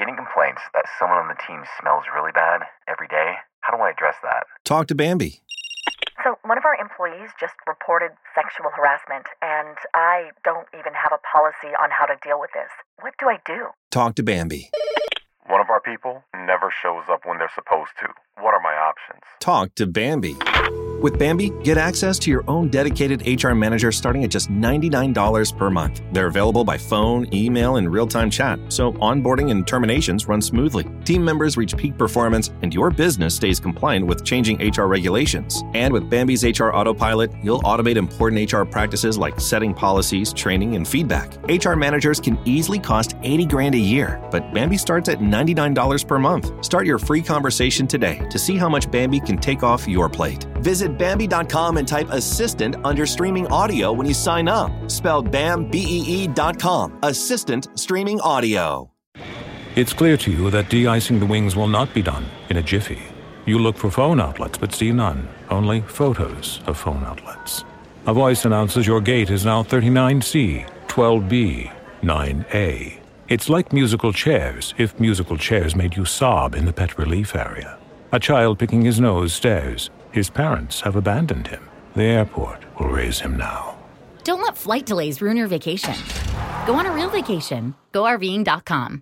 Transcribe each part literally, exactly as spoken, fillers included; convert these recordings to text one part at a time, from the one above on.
getting complaints that someone on the team smells really bad every day. How do I address that? Talk to Bambi. So one of our employees just reported sexual harassment, and I don't even have a policy on how to deal with this. What do I do? Talk to Bambi. One of our people never shows up when they're supposed to. What are my options? Talk to Bambi. With Bambi, get access to your own dedicated H R manager starting at just ninety-nine dollars per month. They're available by phone, email, and real-time chat, so onboarding and terminations run smoothly. Team members reach peak performance, and your business stays compliant with changing H R regulations. And with Bambi's H R Autopilot, you'll automate important H R practices like setting policies, training, and feedback. H R managers can easily cost eighty grand a year, but Bambi starts at ninety-nine dollars per month. Start your free conversation today to see how much Bambi can take off your plate. Visit Bambi dot com and type Assistant under Streaming Audio when you sign up. Spelled B A M B E E dot com. Assistant Streaming Audio. It's clear to you that de-icing the wings will not be done in a jiffy. You look for phone outlets, but see none. Only photos of phone outlets. A voice announces your gate is now thirty-nine C, twelve B, nine A. It's like musical chairs, if musical chairs made you sob in the pet relief area. A child picking his nose stares. His parents have abandoned him. The airport will raise him now. Don't let flight delays ruin your vacation. Go on a real vacation. go R V ing dot com.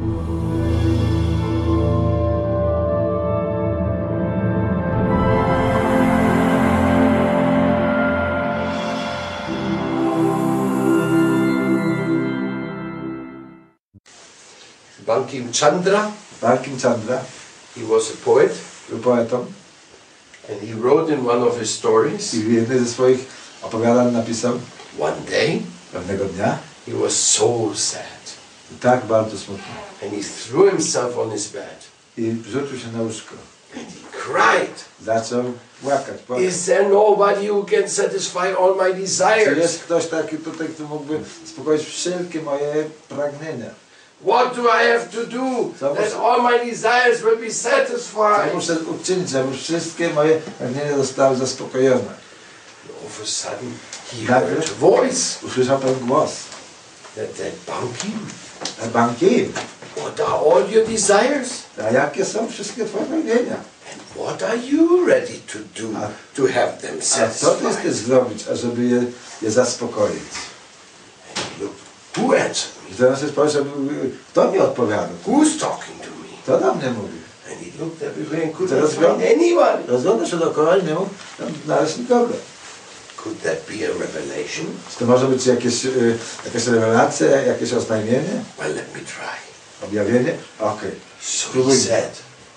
Bankim Chandra. Bankim Chandra. He was a poet. Był poetą. And he wrote in one of his stories. I w jednej ze swoich opowiadań napisał. One day. Pewnego dnia. He was so sad. Tak bardzo smutny. And he threw himself on his bed. I rzucił się na łóżko. And he cried. Zaczął płakać. płakać. Is there nobody who can satisfy all my desires? Czy jest ktoś taki tutaj, kto mógłby uspokoić wszelkie moje pragnienia? What do I have to do that all my desires will be satisfied? Co muszę uczynić, żeby wszystkie moje pragnienia zostały zaspokojone? All of a sudden he heard a voice. Usłyszał ten głos. That, that Bankim. Bankim. What are all your desires? A jakie są wszystkie twoje pragnienia? And what are you ready to do a, to have them satisfied? A co ty chcesz zrobić, ażeby je, je zaspokoić? And look, who answered? I teraz jest powiedział, kto mi odpowiada? Who's talking to me? Kto do mnie mówi? And he looked everywhere and could not find anyone. Rozgląda się dookoła i nie mógł tam znaleźć nikogo. Could that be a revelation? Czy to może być jakieś, y, jakaś rewelacja, jakieś oznajmienie? Well, let me try. Objawienie? Okej. Okay. So he said,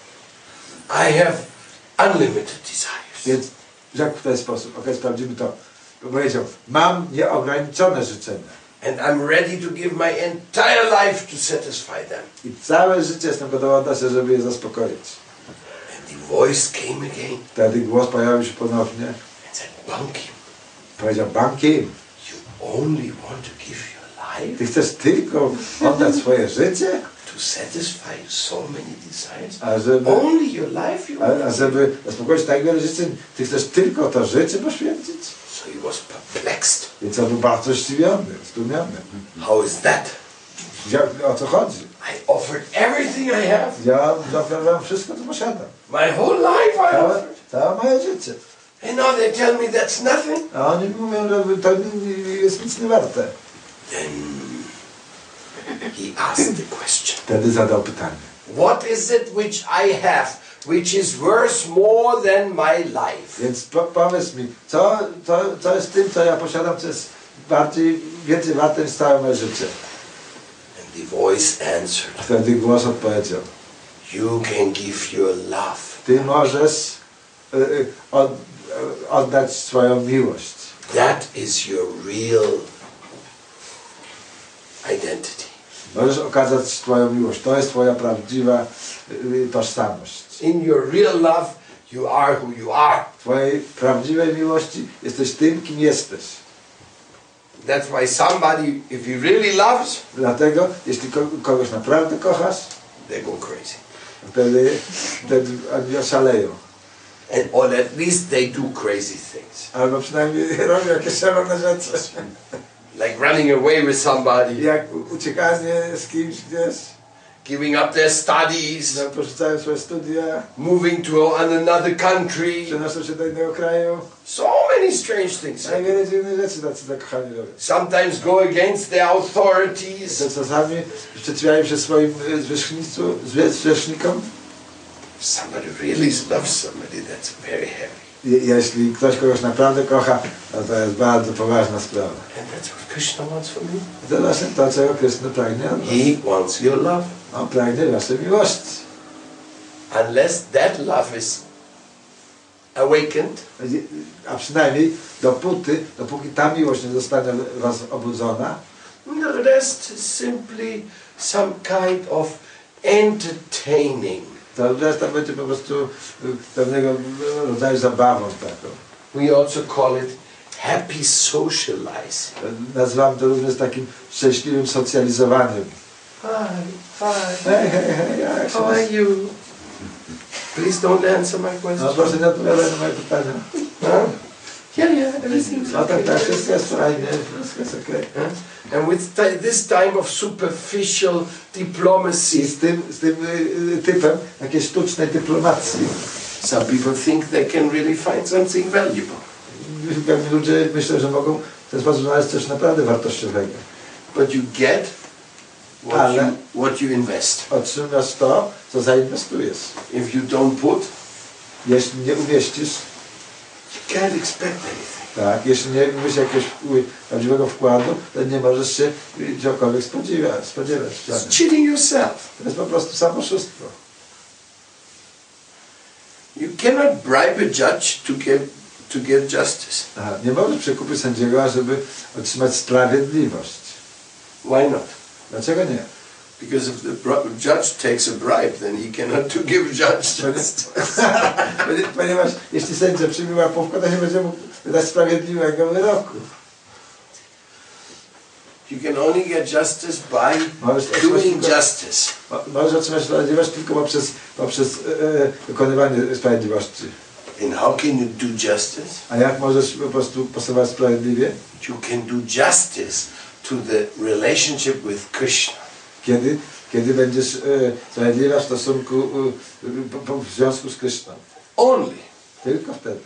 I have unlimited desires. Więc rzekł w ten sposób, okej, okay, sprawdzimy to. Powiedział, mam nieograniczone życzenia. And I'm ready to give my entire life to satisfy them. I całe życie jestem gotowy oddać się, żeby je zaspokoić. And the voice came again. Wtedy głos pojawił się ponownie. And said, Bankim. Powiedział, Bankim. You only want to give your life? Ty chcesz tylko oddać swoje życie? To satisfy so many desires? A żeby, only your life you want? A, a żeby zaspokoić tak wiele życzeń, ty chcesz tylko to życie poświęcić? So he was perplexed. Więc on był bardzo zdziwiony, zdumiony. How is that? Ja, o co chodzi? I offered everything I have. Ja zaoferowałem wszystko, co posiadam. My whole life I całe, offered. Całe moje życie. And now they tell me that's nothing. A oni mówią, że to jest nic nie warte. Then he asked the question. Wtedy zadał pytanie. What is it which I have, which is worth more than my life? Więc po, powiedz mi, co, co, co jest tym, co ja posiadam, co jest bardziej, więcej warte niż całe moje życie? And the voice answered. Wtedy głos odpowiedział. You can give your love. Ty możesz y, y, od, y, oddać swoją miłość. That is your real identity. Możesz okazać swoją miłość. To jest twoja prawdziwa y, tożsamość. In your real love, you are who you are. W twojej prawdziwej miłości jesteś tym, kim jesteś. That's why somebody, if he really loves, dlatego, jeśli kogoś naprawdę kochasz, they go crazy. Wtedy, wtedy oni oszaleją. And, or at least they do crazy things. Albo przynajmniej robią jakieś szalone rzeczy. Like running away with somebody. Jak uciekanie z kimś gdzieś. giving up their studies, no, porzucają swoje studia, moving to another country. przenoszą się do innego kraju. So many strange things. Najwiele dziwnych rzeczy tacy zakochani robią. Sometimes go against their authorities. To czasami sprzeciwiają się swoim e, zwierzchnictwu, zwie- zwierzchnikom. If somebody really loves somebody, that's very heavy. Je- Jeśli ktoś kogoś naprawdę kocha, no to jest bardzo poważna sprawa. And that's what Krishna wants from you. I to właśnie to, czego Krishna pragnie od was. He wants your love. On pragnie waszej miłości. Unless that love is awakened, A przynajmniej dopóty, dopóki ta miłość nie zostanie w was obudzona, the rest is simply some kind of entertaining. to reszta będzie po prostu y, pewnego rodzaju zabawą taką. We also call it happy socializing. Nazywam to również takim szczęśliwym socjalizowaniem. Hi, hi. Hej, hej, hej, jak How are się... you? Please don't answer my No question. proszę nie odpowiadaj na moje pytania. Huh? Yeah, yeah, everything's No tak, tak, okay. wszystko jest fajnie, wszystko jest okej. Huh? And with ti- this time of superficial diplomacy, I z tym, z tym y, y, typem takiej sztucznej dyplomacji, some people think they can really find something valuable. pewni ludzie myślą, że mogą w ten sposób znaleźć coś naprawdę wartościowego. But you get what, Ale- you, what you invest. Otrzymasz to, co zainwestujesz. If you don't put, Jeśli nie umieścisz, you can't expect anything. tak, jeśli nie umiesz jakiegoś u- prawdziwego wkładu, to nie możesz się czegokolwiek spodziewać. spodziewać It's cheating yourself. to jest po prostu samoszustwo. You cannot bribe a judge to get to get justice. Aha, nie możesz przekupić sędziego, ażeby otrzymać sprawiedliwość. Why not? Dlaczego nie? Because if the bro- judge takes a bribe, then he cannot to give judge justice. Ponieważ jeśli sędzia przyjmie łapówkę, to nie będzie mógł wydać sprawiedliwego wyroku. You can only get justice by Możesz doing otrzymać, justice. tylko, możesz otrzymać sprawiedliwość tylko poprzez, poprzez e, e, wykonywanie sprawiedliwości. And how can you do justice? A jak możesz po prostu postępować sprawiedliwie? You can do justice to the relationship with Krishna. Kiedy, kiedy będziesz e, sprawiedliwa w stosunku, e, po, po, w związku z Kryszną. Only Tylko wtedy.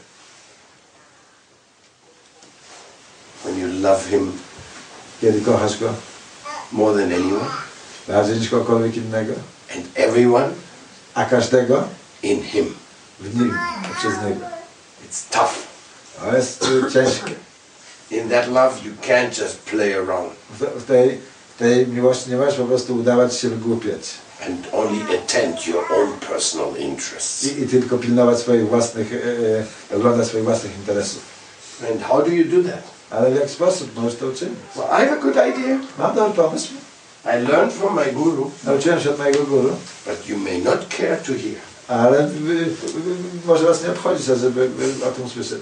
when you love him Kiedy kochasz go more than anyone bardziej niż kogokolwiek innego, and everyone a każdego in him. w nim, przez niego. It's tough. To jest e, ciężkie. In that love, you can't just play around W, w, tej, w tej miłości nie możesz po prostu udawać się wygłupiać and only attend your own personal interests. i, i tylko pilnować swoich własnych, e, e, oglądać swoich własnych interesów. And how do you do that? Ale w jaki sposób możesz to uczynić? Well, I have a good idea. Mam dobry pomysł. I learned from my guru, Nauczyłem się od mojego guru, but you may not care to hear. ale wy, wy, może was nie obchodzić, żeby o tym usłyszeć.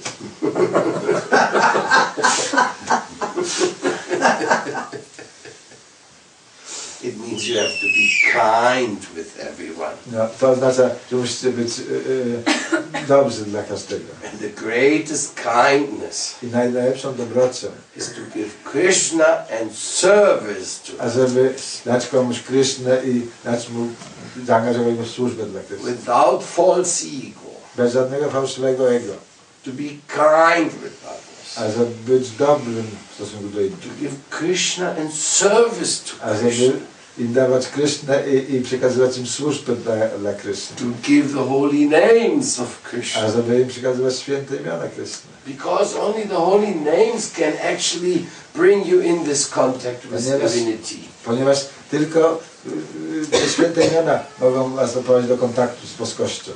It means you have to be kind with everyone. No, to oznacza, że musicie być e, e, dobrzy dla każdego. And the greatest kindness I naj, najlepszą dobrocią, is to give Krishna and service to a him żeby dać komuś Krysznę i dać mu, zaangażować go w służbę dla Krysny. without false ego. Bez żadnego fałszywego ego. To be kind with others. A żeby być dobrym w stosunku do innych. To give Krishna and service to A Krishna. żeby im dawać Krysznę i, i przekazywać im służbę dla, dla Krysny. To give the holy names of Krishna. A żeby im przekazywać święte imiona Krysny. Because only the holy names can actually bring you in this contact with Ponieważ- divinity. Ponieważ tylko y, y, te święte imiona mogą was doprowadzić do kontaktu z boskością.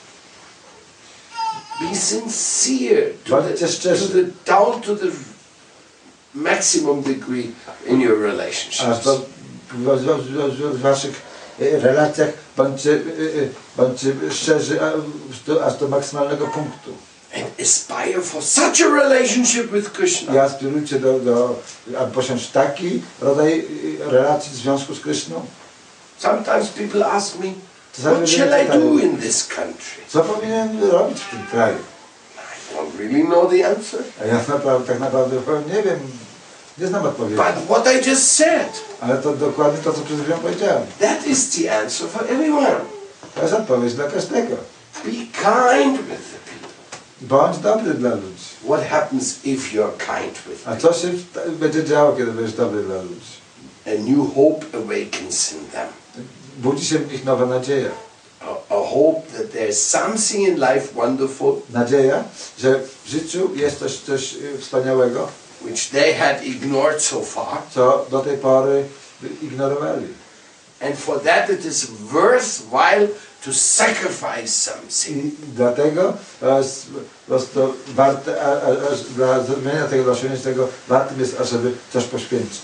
Be sincere to the, Bądźcie to szczerzy. the down to the maximum degree in your A relationships. w, w, w, w, w waszych y, relacjach bądźcie, y, y, bądźcie szczerzy a, do, aż do maksymalnego punktu. And aspire for such a relationship with Krishna. I aspirujcie do, do aby posiąść taki rodzaj y, relacji w związku z Kryszną. Sometimes people ask me, Czasami what ludzie shall I pytają, do in this country? co powinienem robić w tym kraju? I don't really know the answer. A ja naprawdę, tak naprawdę powiem, nie wiem, Nie znam odpowiedzi. But what I just said, Ale to dokładnie to, co przed chwilą powiedziałem. that is the answer for everyone. To jest odpowiedź dla każdego. Be kind with the people. Bądź dobry dla ludzi. What happens if you're kind with A people? co się będzie działo, kiedy będziesz dobry dla ludzi? A new hope awakens in them. Budzi się w nich nowa nadzieja. A, a hope that there's something in life wonderful Nadzieja, że w życiu jest coś, coś y, wspaniałego, which they had ignored so far. co do tej pory ignorowali. And for that it is worthwhile to sacrifice something. I dlatego to jest po prostu warte, a, a, a, dla zrozumienia tego, dla osiągnięcia tego, wartym jest, ażeby coś poświęcić.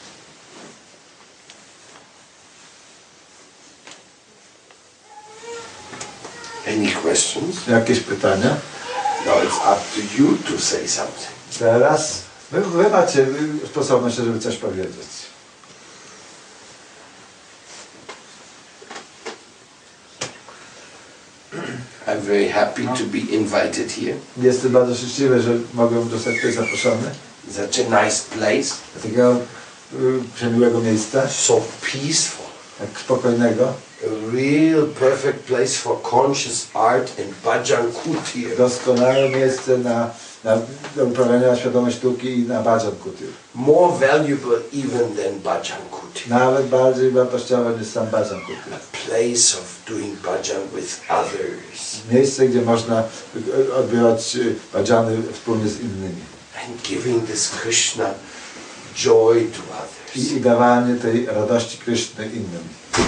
Any questions? Jakieś pytania? Now it's up to you to say something. Teraz wy, wy macie sposobność, żeby coś powiedzieć. I'm very happy to be invited here. Jestem bardzo szczęśliwy, że mogłem zostać tutaj zaproszony Such a nice place, do takiego y, przemiłego miejsca, so peaceful. tak spokojnego, A real perfect place for conscious art and bhajan kutir. doskonałe miejsce na, na do uprawiania świadomej sztuki i na bhajan kutir. More valuable even than bhajan kutir. Nawet bardziej wartościowe niż sam bhajan kutir. A place of doing bhajan with others Miejsce, gdzie można y, odbywać y, bhajany wspólnie z innymi. and giving this Krishna joy to I, others. i dawanie tej radości Kryszny innym.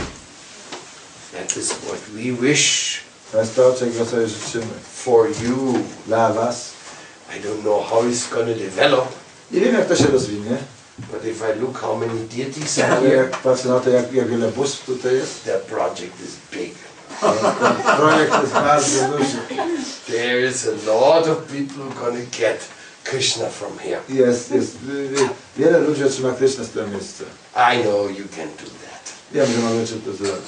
That is what we wish To jest to, czego sobie życzymy. for you. Dla was. I don't know how it's going to develop, Nie wiem, jak to się rozwinie, but if I look how many deities are ale here, jak patrzę na to, jak, jak wiele bóstw tutaj jest, the project is big. ten projekt jest bardzo duży. There is a lot of people going to get Krishna from here. Jest, jest, y, y, wiele ludzi otrzyma Kryszna z tego miejsca. I know you can do that. Wiem, że możecie to zrobić.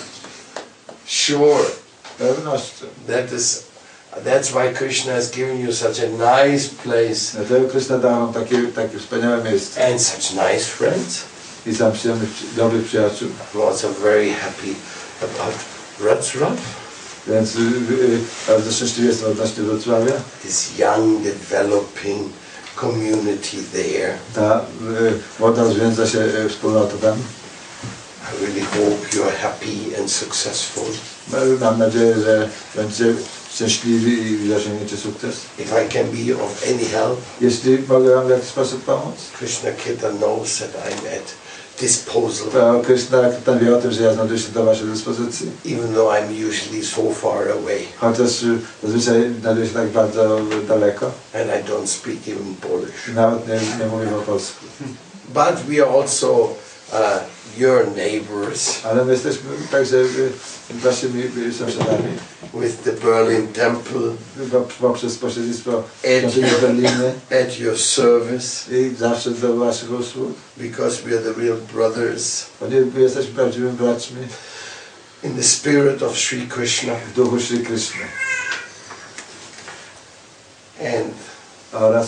Sure. Z pewnością. That is, that's why Krishna has given you such a nice place Dlatego Kryszna dał nam takie, takie wspaniałe miejsce. and such nice friends. I sam przyjemnych, przy- dobrych przyjaciół. I'm also very happy about Wrocław, Więc y, y, bardzo szczęśliwy jestem odnośnie Wrocławia. this young developing community there. Ta y, młoda rozwiąza się y, wspólnota tam. I really hope you're happy and successful. Mam nadzieję, że będziecie szczęśliwi i osiągniecie sukces. If I can be of any help, Jeśli mogę wam w jakiś sposób pomóc, Krishna Kirtan knows that I'm at disposal, to Kryszna tam wie o tym, że ja znajduję się do waszej dyspozycji. even though I'm usually so far away Chociaż y, zazwyczaj znajduję się tak bardzo daleko. and I don't speak even Polish. I nawet nie, nie mówię po polsku. But we are also uh, your neighbors Ale my jesteśmy także y, waszymi y, sąsiadami. with the Berlin Temple Po- Poprzez pośrednictwo Ed- świątyni w Berlinie at your service, i zawsze do waszych usług. because we are the real brothers Ponieważ my jesteśmy prawdziwymi braćmi in the spirit of Sri Krishna. w duchu Sri Kryszny. And Oraz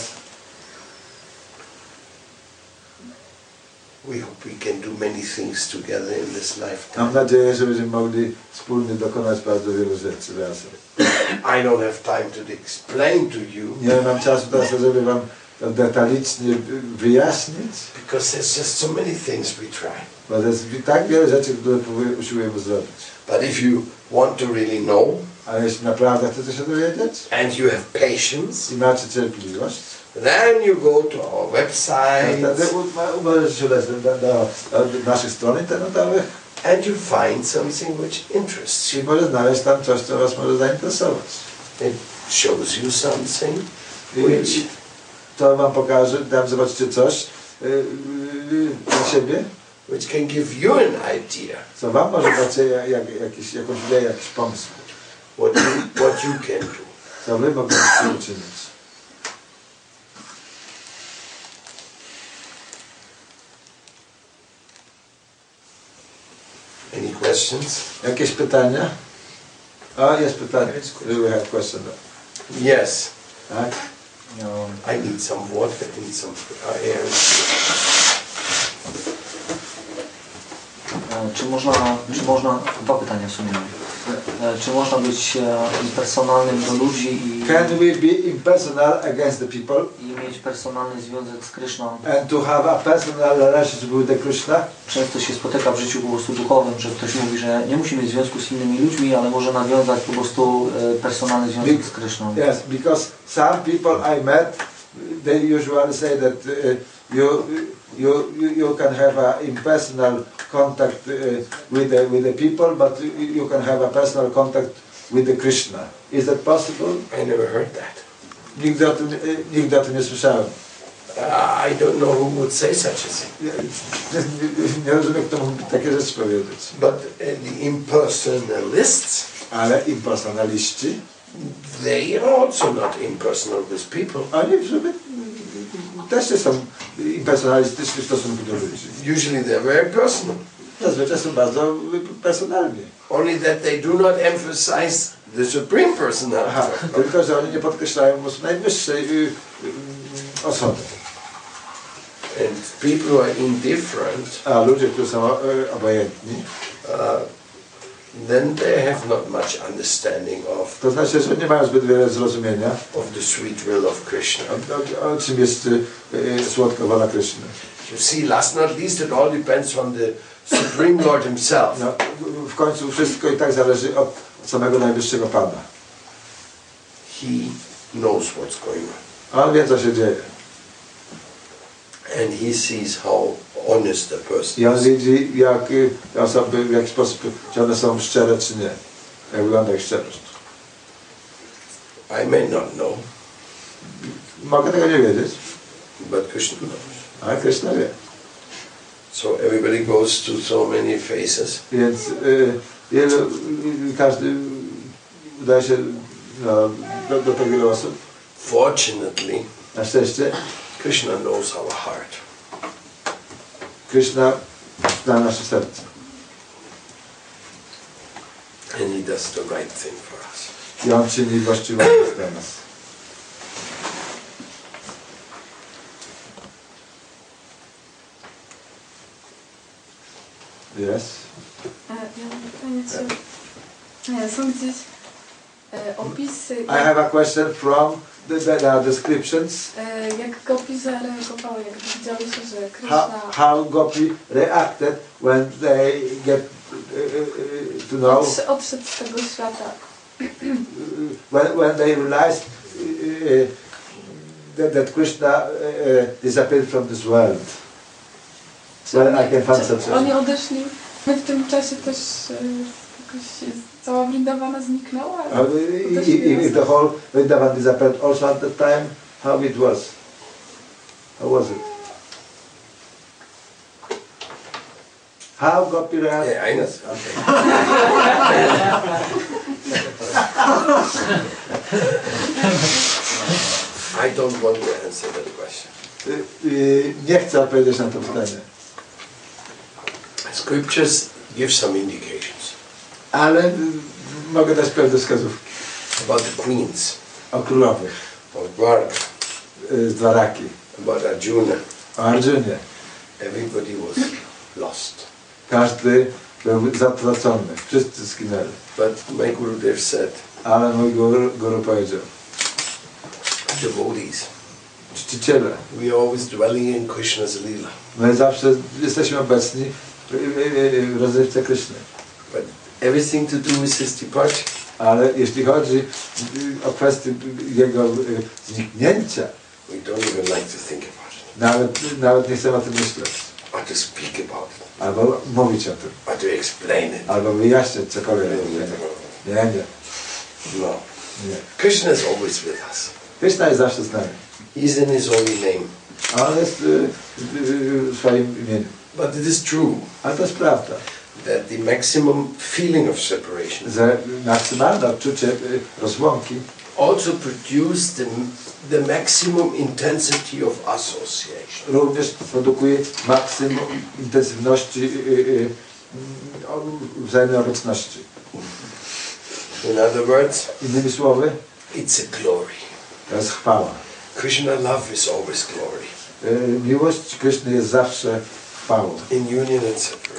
we hope we can do many things together in this lifetime. mam nadzieję, że będziemy mogli wspólnie dokonać bardzo wielu rzeczy razem. I don't have time to explain to you Nie mam czasu teraz, żeby wam to detalicznie wyjaśnić, because there's just so many things we try. bo to jest tak wiele rzeczy, które próbuję- usiłujemy zrobić. But if you want to really know Ale jeśli naprawdę chcecie się dowiedzieć and you have patience, i macie cierpliwość, then you go to our to website wtedy u- możecie się udać do, do, do naszych stron internetowych and you find something which interests i you. może znaleźć tam coś, co was może zainteresować. It shows you something I, which i to wam pokaże, tam zobaczycie coś yy, yy, dla siebie, which can give you an idea co wam może dać jak, jak, jakiś, jakąś ideę, jakiś pomysł, what you, what you can do. co wy moglibyście uczynić. Any questions? Jakieś pytania? O, jest pytanie. We have question. Yes. Tak? I need some water. I need some uh, air. można, czy można, dwa pytania w sumie. E, czy można być e, personalnym do ludzi i, Can we be impersonal against the people? i mieć personalny związek z Kryszną? And to have a personal relationship with the Krishna? Często się spotyka w życiu po prostu duchowym, że ktoś mówi, że nie musi mieć związku z innymi ludźmi, ale może nawiązać po prostu e, personalny związek z Kryszną. Yes, because some people I met, they usually say that uh, you, you, you, you can have a impersonal contact uh, with, the, with the people, but you can have a personal contact with the Krishna. Is that possible? I never heard that. Nigdy o tym, nigdy o tym nie słyszałem. Uh, I don't know who would say such a thing. Nie, nie rozumiem, kto mógłby takie rzeczy powiedzieć. But uh, the impersonalists, Ale impersonaliści, they are also not impersonal with people. oni w sumie też nie są impersonalistyczni w stosunku do ludzi. Usually they're very personal. Zazwyczaj są bardzo personalni. Only that they do not emphasize the supreme personality. Aha, tylko że oni nie podkreślają mocy najwyższej y, y, osoby. And people who are indifferent, A ludzie, którzy są y, obojętni, uh, then they have not much understanding of, to znaczy, że nie mają zbyt wiele zrozumienia of the sweet will of Krishna. o, o, o czym jest y, y, słodka wola Kryszny. You see, last not least, it all depends on the Supreme Lord himself. No, w końcu wszystko i tak zależy od samego Najwyższego Pana. He knows what's going on. On wie, co się dzieje. And he sees how honest a person I on is. widzi, jak y, osoby, w jaki sposób, czy one są szczere, czy nie. Jak wygląda ich szczerość. I may not know, Mogę tego nie wiedzieć, but Krishna knows. ale Kryszna wie. So everybody goes to so many faces. Więc y, wielu, y, każdy udaje się no, do, do tak wielu osób. Fortunately, Na szczęście Krishna knows our heart. Kryszna zna nasze serce. And he does the right thing for us. I on czyni właściwą rzecz dla nas. Yes. Ja mam pytanie, czy e, są gdzieś e, opisy, I have a question from the, the, the descriptions. e, jak Gopi zareagowały, jak widziały się, że How, Kryszna how Gopi reacted when they get uh, uh, to know, odsz- odszedł z tego świata. when, when they realized uh, that, that Krishna uh, disappeared from this world. Czy Well, oni, I can find czy some oni odeszli, my w tym czasie też e, jakoś cała Vrindawana zniknęła? Uh, i- i- if the whole Vrindavan disappeared also at that time, how it was? How was it? How Gopi reacted? Yeah, I know. Yes, okay. I don't want to answer that question. Y, y, Nie chcę odpowiedzieć na to pytanie, Scriptures give some indications ale y, mogę dać pewne wskazówki about the queens, o królowych, about Dwarka, y, z Dwaraki, about Arjuna. o Arjunie. Everybody was lost. Każdy był zatracony, wszyscy skinęli. But my Gurudev said, Ale mój guru, guru powiedział, devotees, czciciele, we are always dwelling in Krishna's lila. my zawsze jesteśmy obecni w, w, w rozrywce Kryszny. But everything to do with his departure, Ale jeśli chodzi o kwestię jego y, zniknięcia, we don't even like to think about it, nawet, nawet nie chcemy o tym myśleć. or to speak about it, Albo mówić o tym, or to explain it. albo wyjaśniać cokolwiek. Nie, nie, No. nie. Krishna is always with us. Kryszna jest zawsze z nami. He's in his holy name. A on jest y, y, w swoim imieniu. But it is true Ale to jest prawda, that the maximum feeling of separation że maksymalne odczucie y, rozłąki also produce the, the maximum intensity of association. również produkuje maksimum intensywności y, y, y, o- wzajemnej obecności. In other words, Innymi słowy, it's a glory. to jest chwała. Krishna love is always glory. Y, Miłość Kryszny jest zawsze chwałą. In union and separation.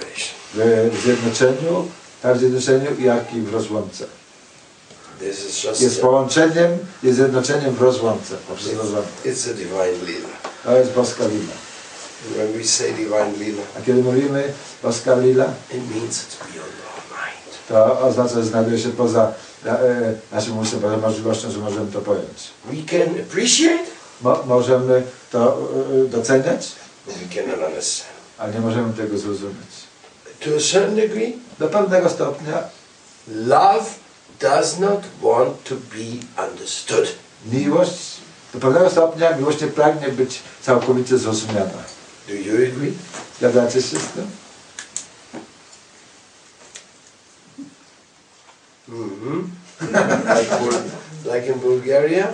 w zjednoczeniu, tak w zjednoczeniu, jak i w rozłące. This is just Jest połączeniem, jest zjednoczeniem w rozłące. Poprzez rozłące. It's a divine lila. To jest boska lila. When we say divine lila, A kiedy mówimy boska lila, it means it's beyond our mind. to oznacza, że znajduje się poza e, naszym umysłem, poza możliwością, że możemy to pojąć. We can appreciate, Mo, możemy to e, doceniać, but we cannot understand. ale nie możemy tego zrozumieć. To a certain degree, Do pewnego stopnia love does not want to be understood. miłość, do pewnego stopnia miłość nie pragnie być całkowicie zrozumiana. Do you agree? Zgadzacie się z tym? Mm-hmm. like, Bul- like in Bulgaria?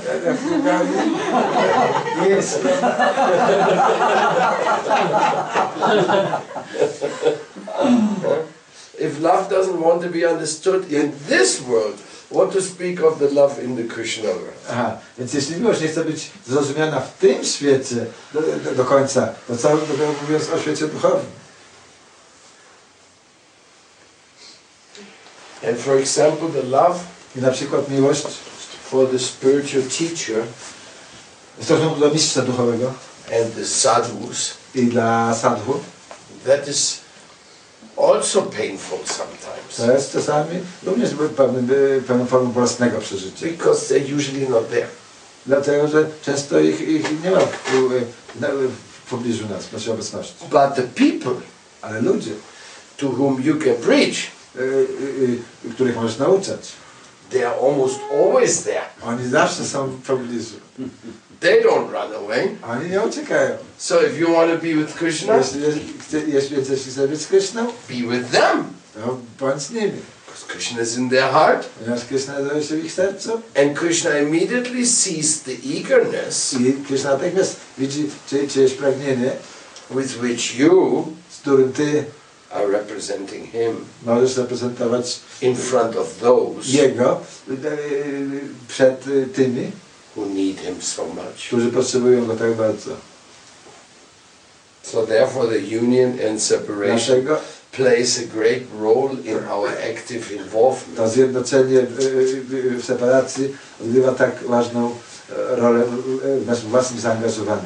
Yes. If love doesn't want to be understood in this world, what to speak of the love in the Krishna world? Aha, więc jeśli miłość nie chce być zrozumiana w tym świecie do, do, do końca, to co dopiero mówiąc o świecie duchowym? And for example, the love I na przykład miłość for the spiritual teacher w stosunku do mistrza duchowego and the sadhus, i dla sadhu, that is also painful sometimes. to jest czasami również pewnym, pewną formą bolesnego przeżycia. Because they're usually not there. Dlatego, że często ich, ich nie ma w, w, w pobliżu nas, w naszej obecności. But the people Ale ludzie, to whom you can preach, y, y, y, których możesz nauczać, they are almost always there. oni zawsze są w pobliżu. They don't run away. Oni nie uciekają. So if you want to be with Krishna, Jeśli, jeśli, jeśli, jeśli chcesz być z Kryszną, be with them. to bądź z nimi. Because Krishna is in their heart. Ponieważ Kryszna znajduje się w ich sercu And Krishna immediately sees the eagerness i Kryszna natychmiast widzi czy, czyjeś pragnienie, with which you z którym ty are representing him możesz reprezentować in front of those Jego y, y, przed y, tymi, who need him so much. którzy potrzebują Go tak bardzo. So therefore the union and separation Dlatego plays a great role in our active to involvement. zjednoczenie y, y, w separacji odgrywa tak ważną e, rolę w naszym własnym zaangażowaniu.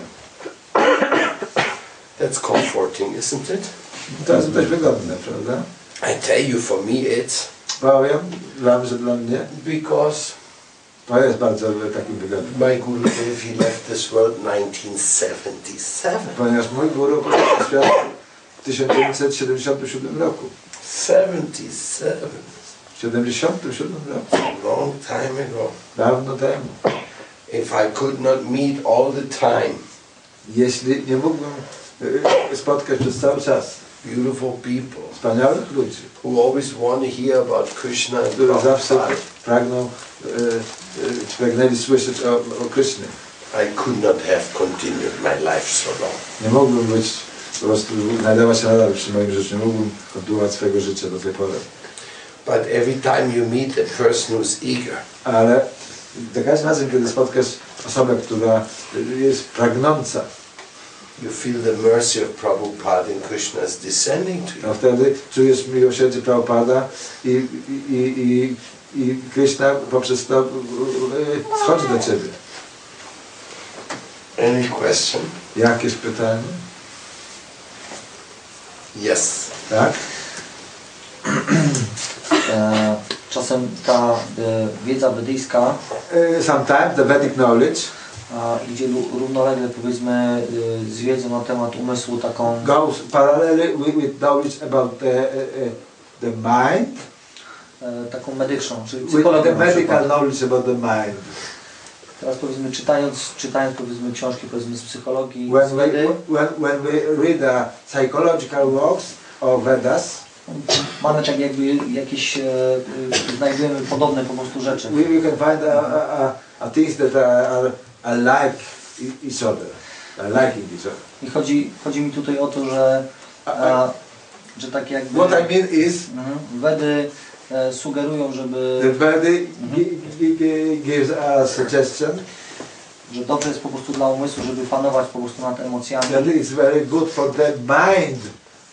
That's comforting, isn't it? To jest dość wygodne, prawda? I tell you, for me it's Powiem wam, że dla mnie because to jest bardzo takim wygodnym. my Gurudev, he left this world nineteen seventy-seven. Ponieważ mój guru poszedł w świat w tysiąc dziewięćset siedemdziesiątym siódmym roku. seventy-seven. W siedemdziesiątym siódmym roku. Long time ago. Dawno temu. If I could not meet all the time Jeśli nie mógłbym y, spotkać przez cały czas beautiful people wspaniałych ludzi, who always want to hear about Krishna and którzy zawsze Prabhupada, pragną, y, y, czy pragnęli słyszeć o, o Krysznie, I could not have continued my life so long. nie mógłbym być, po prostu znajdować się nadal przy moim życiu, nie mógłbym kontynuować swojego życia do tej pory. But every time you meet a person who's eager, Ale za każdym razem, kiedy spotkasz osobę, która jest pragnąca, you feel the mercy of Prabhupada and Krishna is descending to to you. wtedy czujesz miłosierdzie Prabhupada i, i, i, i, i Krishna poprzez to y, schodzi do ciebie. Any question? Jakieś pytanie? Yes. Tak? E, czasem ta e, wiedza wedyjska Uh, sometimes the Vedic knowledge a, idzie lu- równolegle powiedzmy e, z wiedzą na temat umysłu taką goes parallelly with, with knowledge about the, uh, uh, the mind, e, taką medyczną, czyli with the psychologią na medical przykład. knowledge about the mind. Teraz powiedzmy czytając, czytając powiedzmy książki powiedzmy z psychologii, When z we, Wedy, when, when we read the psychological works of Vedas, mamy tak jakby jakieś, e, e, znajdujemy podobne po prostu rzeczy. we, we can find a, a, a, a things that are, are, are like e- each other, are liking each other. I chodzi, chodzi mi tutaj o to, że, a, że tak jakby What I mean is mhm, Wedy e, sugerują, żeby that Vedic gi- gi- gi- gives a suggestion że dobrze jest po prostu dla umysłu, żeby panować po prostu nad emocjami that it's very good for the mind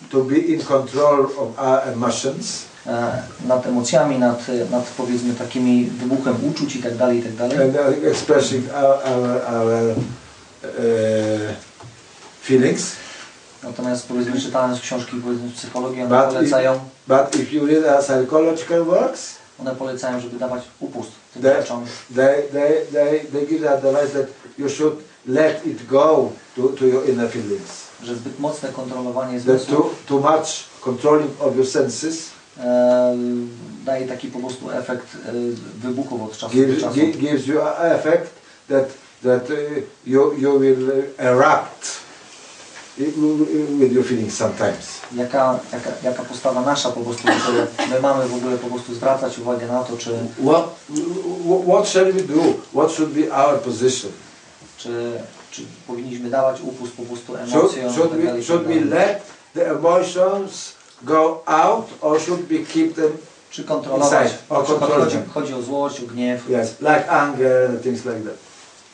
to be in control of our emotions. Nad emocjami, nad, nad powiedzmy takimi wybuchem uczuć i tak dalej, i tak dalej. And uh, expressing our, our, our uh, feelings. Natomiast powiedzmy czytając książki powiedzmy psychologii, one but polecają. If, but if you read our psychological works, one polecają, żeby dawać upust tym they, rzeczom. They, they, they, they give the advice that you should let it go to, to your inner feelings. Że zbyt mocne kontrolowanie zmysłów. Too, too much controlling of your senses. E, daje taki po prostu efekt e, wybuchów od czasu Give, do czasu. Give, gives you an effect that, that uh, you, you will erupt with your feelings sometimes. Jaka, jaka, jaka postawa nasza po prostu, że my mamy w ogóle po prostu zwracać uwagę na to, czy... What, what shall we do? What should be our position? Czy, czy powinniśmy dawać upust po prostu emocjom? Should, should, we, should we let the emotions go out, or should we keep them czy kontrolować? Or czy chodzi, chodzi o złość, o gniew. Yes, like anger and things like that.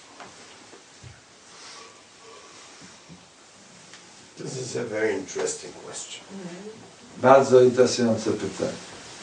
This is a very interesting question. Bardzo interesujące pytanie.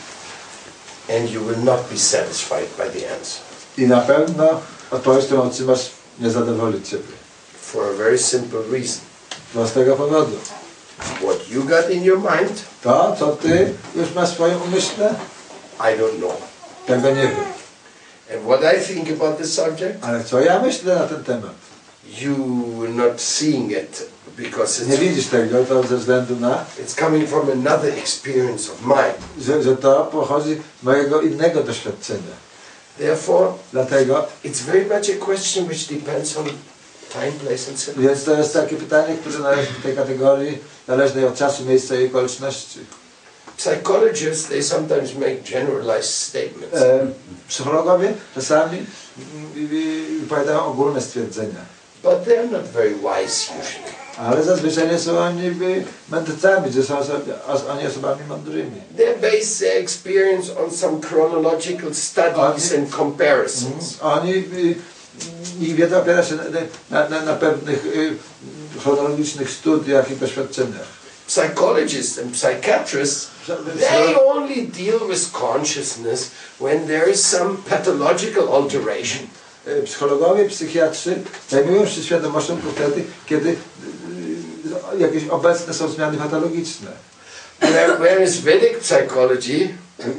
And you will not be satisfied by the answer. I na pewno odpowiedź, którą otrzymasz, nie zadowoli Ciebie. For a very simple reason. Z prostego powodu. What you got in your mind? To, co Ty już masz w swoim umyśle? I don't know. Tego nie wiem. And what I think about the subject? Ale co ja myślę na ten temat? You are not seeing it because it's, nie widzisz tego, to ze względu na... It's coming from another experience of mine. Że, że to pochodzi z mojego innego doświadczenia. Therefore, dlatego it's very much a question which depends on time, place and circumstance. Więc to jest takie pytanie, które należy do tej kategorii zależnej od czasu, miejsca i okoliczności. Psychologists, they sometimes make generalized statements. E, psychologowie czasami wypowiadają ogólne stwierdzenia. But they're not very wise usually. Ale zazwyczaj nie są oni mędrcami, że są osobi, oni osobami mądrymi. They base their experience on some chronological studies oni, and comparisons. Oni, ich wiedza opiera się na, na, na pewnych chronologicznych studiach i doświadczeniach. Psychologists and psychiatrists, they only deal with consciousness when there is some pathological alteration. Psychologowie, psychiatrzy zajmują się świadomością tylko wtedy, kiedy jakieś obecne są zmiany patologiczne. Whereas Vedic psychology,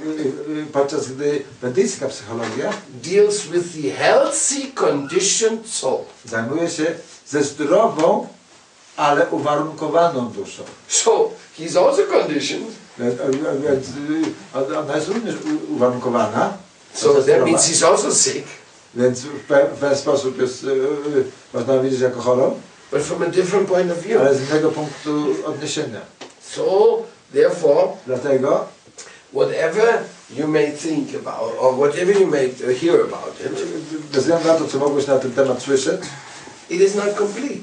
podczas gdy wedyjska psychologia deals with the healthy conditioned soul. Zajmuje się ze zdrową, ale uwarunkowaną duszą. So he's also conditioned. Więc ona jest również uwarunkowana. So that means he's also sick. Więc w ten sposób jest, można widzieć jako chorą. But from a different point of view. Ale z innego punktu odniesienia. So therefore, dlatego whatever you may think about, or whatever you may hear about it, bez względu na to, co mogłeś na ten temat słyszeć, it is not complete.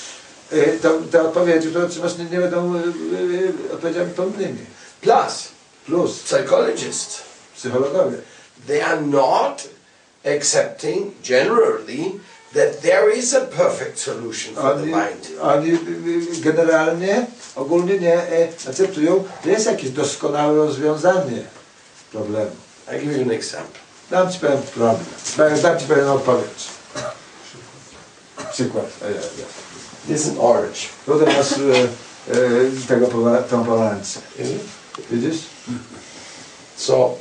Te, te odpowiedzi, które otrzymasz, nie, nie będą odpowiedziami pełnymi. Plus, plus psychologists, psychologowie, they are not accepting generally that there is a perfect solution for oni, the mind. Oni generalnie, ogólnie nie akceptują, że jest jakieś doskonałe rozwiązanie problemu. I give you an example. Dam Ci pewien problem. Dam Ci pewien odpowiedź. Przykład. This is an orange. Tutaj masz e, e, tego, tą pomarańczę. Widzisz? So,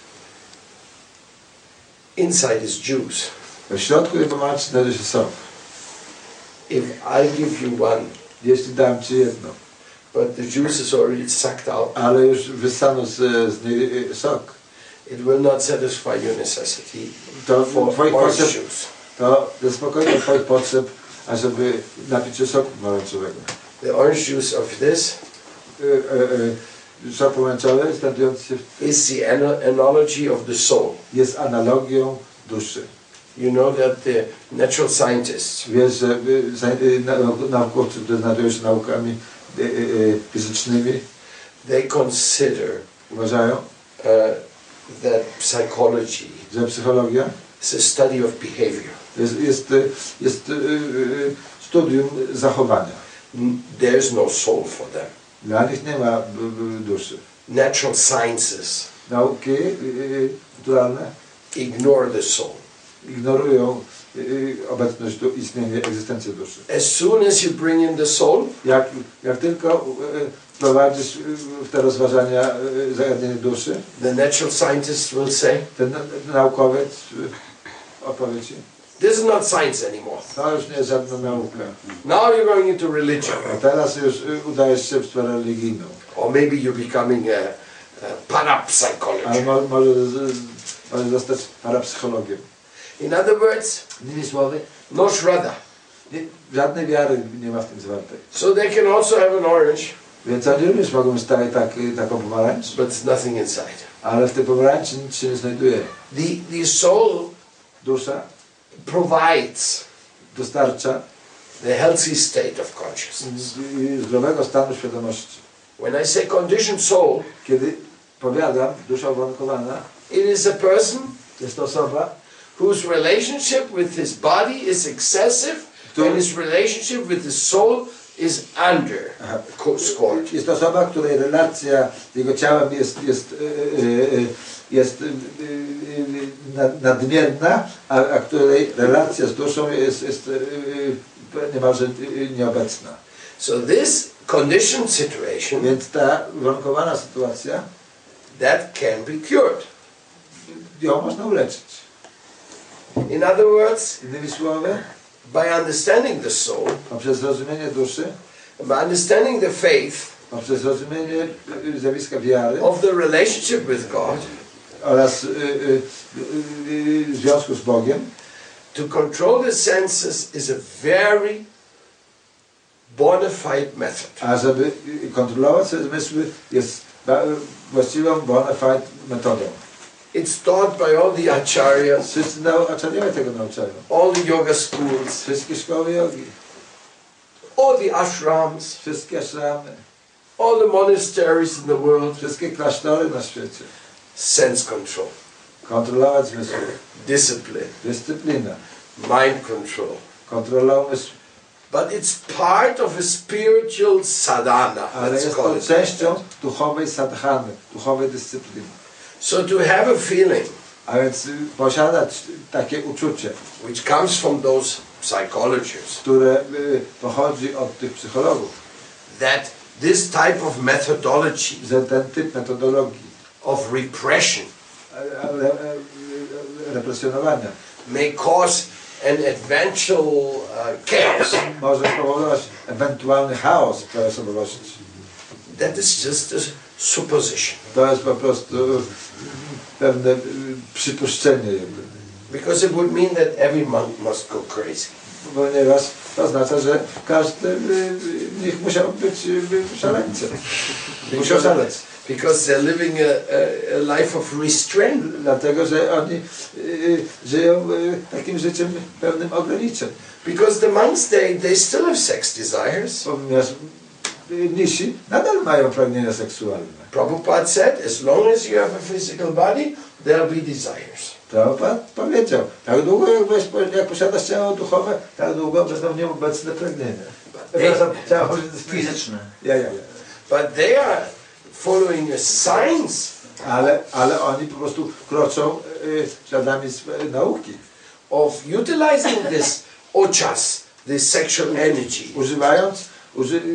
inside is juice. W środku tej pomarańczy znajduje się sok. If I give you one, jeśli dam Ci jedno, but the juice is already sucked out, ale już wyssano z, z niej sok, it will not satisfy your necessity to for twoich orange potrzeb, juice. to zaspokoi Twoich potrzeb, ażeby napić się soku pomarańczowego. The orange juice of this e, e, sok pomarańczowy znajdujący się is the analogy of the soul. Jest analogią duszy. You know that the natural scientists, wiesz, że naukowcy, którzy znajdują się naukami e, e, fizycznymi, they consider uważają, uh, that psychology, że psychologia is a study of behavior. Jest, jest, jest studium zachowania. There is no soul for them. Dla nich nie ma b, b, duszy. Natural sciences Nauki y, naturalne ignore the soul. ignorują y, obecność, du, istnienie, egzystencję duszy. As soon as you bring in the soul, Jak, jak tylko y, wprowadzisz w te rozważania y, zagadnienie duszy, the natural scientist will say, ten naukowiec y, opowie ci, this is not science anymore. to już nie jest żadna nauka. Now you're going into religion. A teraz już y, udajesz się w stronę religijną. Or maybe you're becoming a, a parapsychologist. Ale mo, może, może zostać parapsychologiem. In other words, Innymi słowy, no Shraddha. nie, żadnej wiary nie ma w tym zwartej. So they can also have an orange, Więc oni również mogą stać tak, taką pomarańcz, but there's nothing inside. ale w tej pomarańczy nic się nie znajduje. The, the soul Dusza provides dostarcza the healthy state of consciousness. z- zdrowego stanu świadomości. When I say conditioned soul, Kiedy powiadam, dusza uwarunkowana, it is a person jest to osoba, whose relationship with his body is excessive and his relationship with his soul is under scored. jest to osoba, której relacja z jego ciałem jest, jest, yy, yy, jest yy, yy, nadmierna, a, a której relacja z duszą jest, jest yy, niemalże yy, nieobecna. So this conditioned situation, Więc ta uwarunkowana sytuacja, that can be cured. ją można uleczyć. In other words, Innymi słowy, by understanding the soul, poprzez zrozumienie duszy, by understanding the faith poprzez zrozumienie y, zjawiska wiary of the relationship with God, oraz y, y, y, y, związku z Bogiem, to control the senses is a very bona fide method. a żeby y, kontrolować swoje zmysły jest ba- właściwą bona fide metodą. It's taught by all the acharyas, Wszyscy nau- acharyowie tego nauczają. all the yoga schools, Wszystkie szkoły jogi, all the ashrams, wszystkie ashramy, all the monasteries in the world. wszystkie klasztory na świecie. Sense control, Kontrolować zmysły, discipline, dyscyplina, mind control. kontrola umysłu. But it's part of a spiritual sadhana. Ale Let's jest call to it that. częścią duchowej sadhany, duchowej dyscypliny. So to have a feeling A więc y, posiadać takie uczucie, which comes from those psychologists które y, pochodzi od tych psychologów, that this type of methodology że ten typ metodologii of repression e, e, e, represjonowania may cause an eventual uh, chaos, może spowodować ewentualny chaos w tej osobowości. that is just a supposition. To jest po prostu pewne y, przypuszczenie jakby. Because it would mean that every monk must go crazy. Ponieważ to oznacza, że każdy y, y, nich musiał być y, szaleńcem. Musiał szaleć. Because they're living a, a, a life of restraint. Dlatego, że oni y, y, żyją y, takim życiem pełnym ograniczeń. Because the monks, they, they still have sex desires. Ponieważ y, mnisi nadal mają pragnienia seksualne. Prabhupada said, as long as you have a physical body, there'll be desires. Prabhupada powiedział, tak długo jak, byś, jak posiadasz ciało duchowe, tak długo będą w nim obecne pragnienia. Przepraszam, ciało Fizyczne. Ja, ja, ja. But they are following a science Ale, ale oni po prostu kroczą y, śladami swe- nauki. of utilizing this ojas, this sexual energy, Używając, uży, y,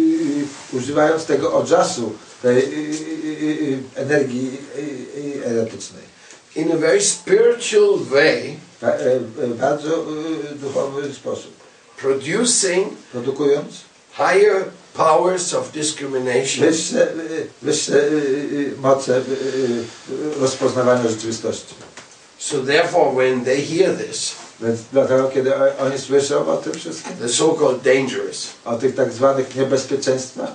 y, używając tego odczasu, tej y, y, y, energii y, y, erotycznej. in a very spiritual way, Ta, y, y, bardzo y, duchowy sposób. producing Produkując higher powers of discrimination wyższe, y, wyższe y, y, moce y, y, rozpoznawania rzeczywistości. So therefore, when they hear this, Więc dlatego, kiedy o- oni słyszą o tym wszystkim, the so-called dangerous, o tych tak zwanych niebezpieczeństwach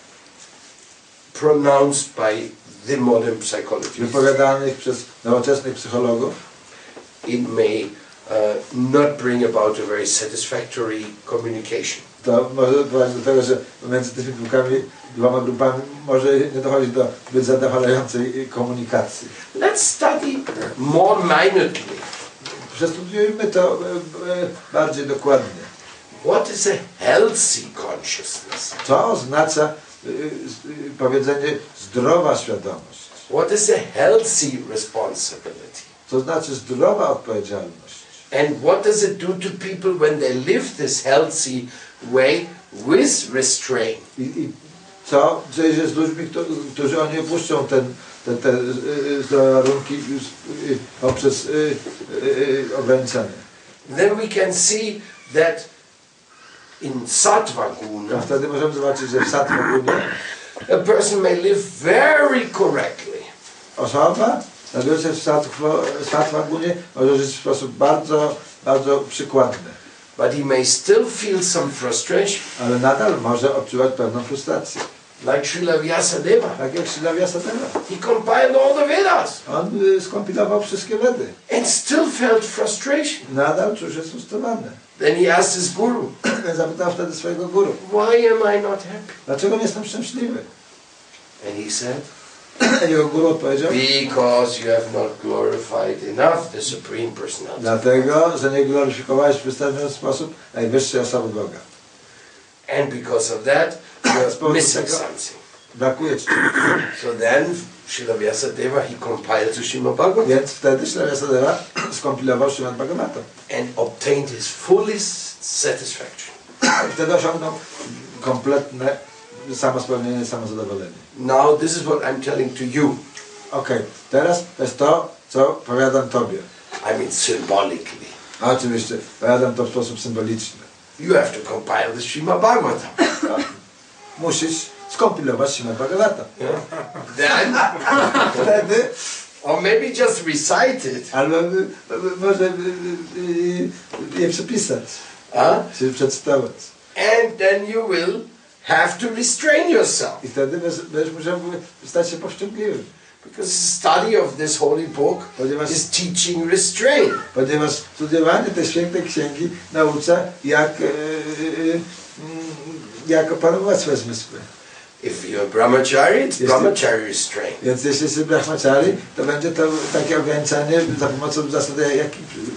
pronounced by the modern psychologists, wypowiadanych przez nowoczesnych psychologów, it may uh, not bring about a very satisfactory communication. to może doprowadzić do tego, że między tymi grupami, dwoma grupami może nie dochodzi do zbyt zadowalającej komunikacji. Let's study more minutely. Przestudiujmy to e, e, bardziej dokładnie. What is a healthy consciousness? Co oznacza y, y, powiedzenie zdrowa świadomość. What is a healthy responsibility? To znaczy zdrowa odpowiedzialność. And what does it do to people when they live this healthy way with restraint? I, i co dzieje się z ludźmi, którzy oni opuszczą ten, te, te zdrowe warunki poprzez y, y, ograniczenie. Then we can see that in Sattva Guna, A wtedy możemy zobaczyć, że w Sattva Gunie a person may live very correctly. Osoba, znajdująca się w Sattva Gunie, może żyć w sposób bardzo, bardzo przykładny. But he may still feel some frustration. Ale nadal może odczuwać pewną frustrację. Like Srila Vyasadeva. Tak jak Srila Vyasadeva. He compiled all the Vedas. On y, skompilował wszystkie Vedy. And still felt frustration. Nadal czuł się frustrowany. Then he asked his guru. Zapytał wtedy swojego guru. Why am I not happy? Dlaczego nie jestem szczęśliwy? And he said, Jego guru odpowiedział. because you have not glorified enough the Supreme Personality. Dlatego, że nie gloryfikowałeś w wystarczający sposób najwyższej osoby Boga. And because of that, you're missing something. Brakuje ci. So then, Srila Vyasadeva, he compiled to Srimad Bhagavatam. Więc wtedy Srila Vyasadeva skompilował Srimad Bhagavatam. And obtained his fullest satisfaction. I wtedy osiągnął kompletne samospełnienie, samozadowolenie. Now this is what I'm telling to you. Okej, okay. Teraz to jest to, co powiadam tobie. I mean symbolically. A oczywiście, powiadam to w sposób symboliczny. You have to compile the Srimad Bhagavatam. Musisz skompilować Srimad Bhagavatam. Yeah. Then, wtedy, or maybe just recite it. Albo może je przepisać. Huh? Czy przeczytać. And then you will have to restrain yourself. I wtedy będziesz musiał stać się powściągliwym. Because the study of this holy book ponieważ, is teaching restraint. Ponieważ studiowanie tej świętej księgi naucza, jak, e, e, jak opanować swoje zmysły. If you're brahmachari, it's jeśli, brahmachari restraint. Więc jeśli jesteś brahmachari, to będzie to takie ograniczenie za pomocą zasady, jakie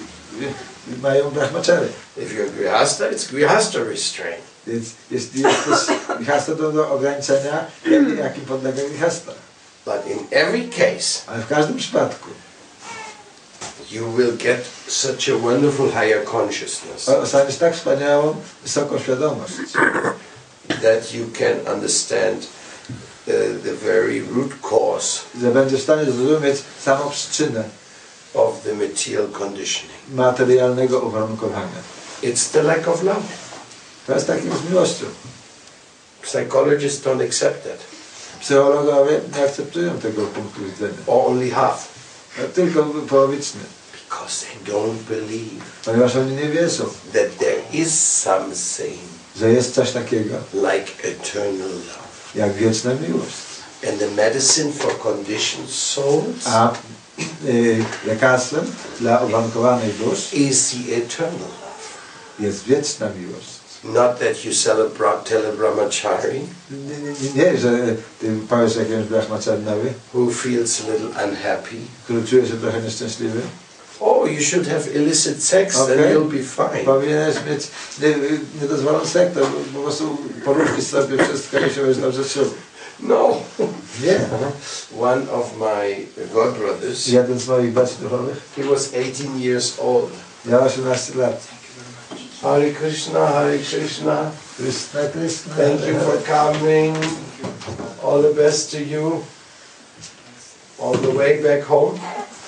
mają brahmachary. If you're grihasta, it's grihasta restraint. Więc jeśli jesteś grihasta, to do ograniczenia, jakim podlega grihasta. But in every case, ale w każdym przypadku, you will get such a wonderful higher consciousness. Ostaniesz tak wspaniałą, wysoką świadomość, that you can understand the, the very root cause, że będziesz w stanie zrozumieć samą przyczynę of the material conditioning. Materialnego uwarunkowania. It's the lack of love. To jest takim z miłością. Psychologists don't accept that. Psychologowie nie akceptują tego punktu widzenia. Or only half. Tylko połowicznie. Because they don't believe. Ponieważ oni nie wierzą. That there is something. Że jest coś takiego. Like eternal love. Jak wieczna miłość. And the medicine for conditioned souls. A y, lekarstwem dla uwarunkowanych dusz is the eternal love. Jest wieczna miłość. Not that you celebrate tell a brahmachari. Nie, nie, nie, że ty powiesz jakiemuś brahmacharinowi, who feels a little unhappy, który czuje się trochę nieszczęśliwy. Oh, you should have illicit sex, okay. Then you'll be fine. Powinieneś mieć niedozwolony seks, to po prostu porówki sobie wszystko i się będziesz dobrze czuł. No. Nie. One of my godbrothers, jeden z moich braci duchowych, he was eighteen years old. Miał osiemnaście lat. Hare Krishna, Hare Krishna. Krishna, Krishna. Thank you for coming. All the best to you. All the way back home.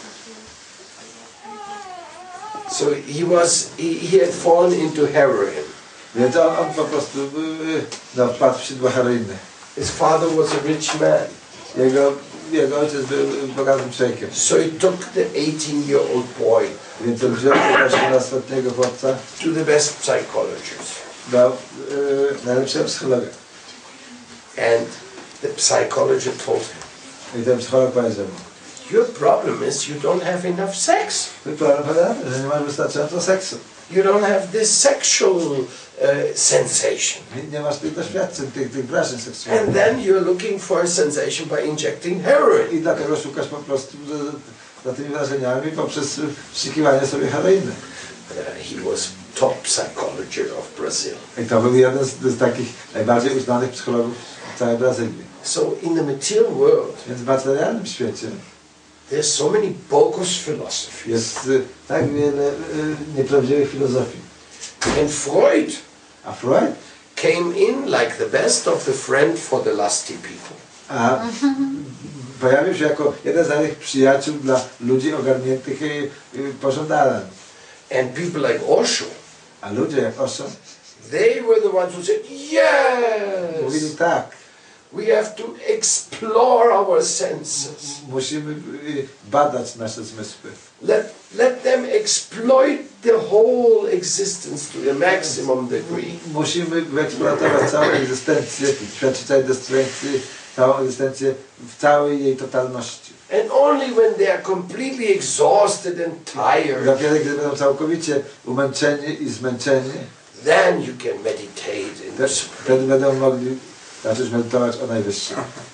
So he was, he, he had fallen into heroin. Więc on, on po prostu no, wpadł w sidła heroiny. His father was a rich man. Jego, jego ojciec był bogatym człowiekiem. So he took the eighteen-year-old boy. Więc on wziął tego osiemnastoletniego chłopca to the best psychologist. Do y, najlepszego psychologa. And the psychologist told him. I ten psycholog powiedział mu. Your problem is you don't have enough sex. Problem polega, że nie masz wystarczająco seksu. You don't have this sexual uh, sensation. Nie, nie masz tych doświadczeń, tych, tych wrażeń seksualnych. And then you're looking for a sensation by injecting heroin. I dlatego szukasz po prostu za tymi wrażeniami poprzez wstrzykiwanie sobie heroiny. Uh, he was top psychologist of Brazil. I to był jeden z, z takich najbardziej uznanych psychologów w całej Brazylii. So in the material world, Więc w materialnym świecie there's so many bogus philosophies. jest y, tak wiele y, nieprawdziwych filozofii. And Freud A Freud? came in like the best of the friend for the lusty people. A pojawił się jako jeden z naszych przyjaciół dla ludzi ogarniętych y, y, pożądaniem. And people like Osho, A ludzie jak Osho they were the ones who said, mówili yes, tak, we have to explore our senses. musimy y, badać nasze zmysły. Let, let them exploit the whole existence to the maximum degree. Musimy wyeksploatować całą egzystencję, świadczyć całej egzystencji, całą egzystencję w całej jej totalności. And only when they are completely exhausted and tired, Dopiero gdy będą całkowicie umęczeni i zmęczeni, then you can meditate in te- the supreme. wtedy będą mogli zacząć medytować o Najwyższym.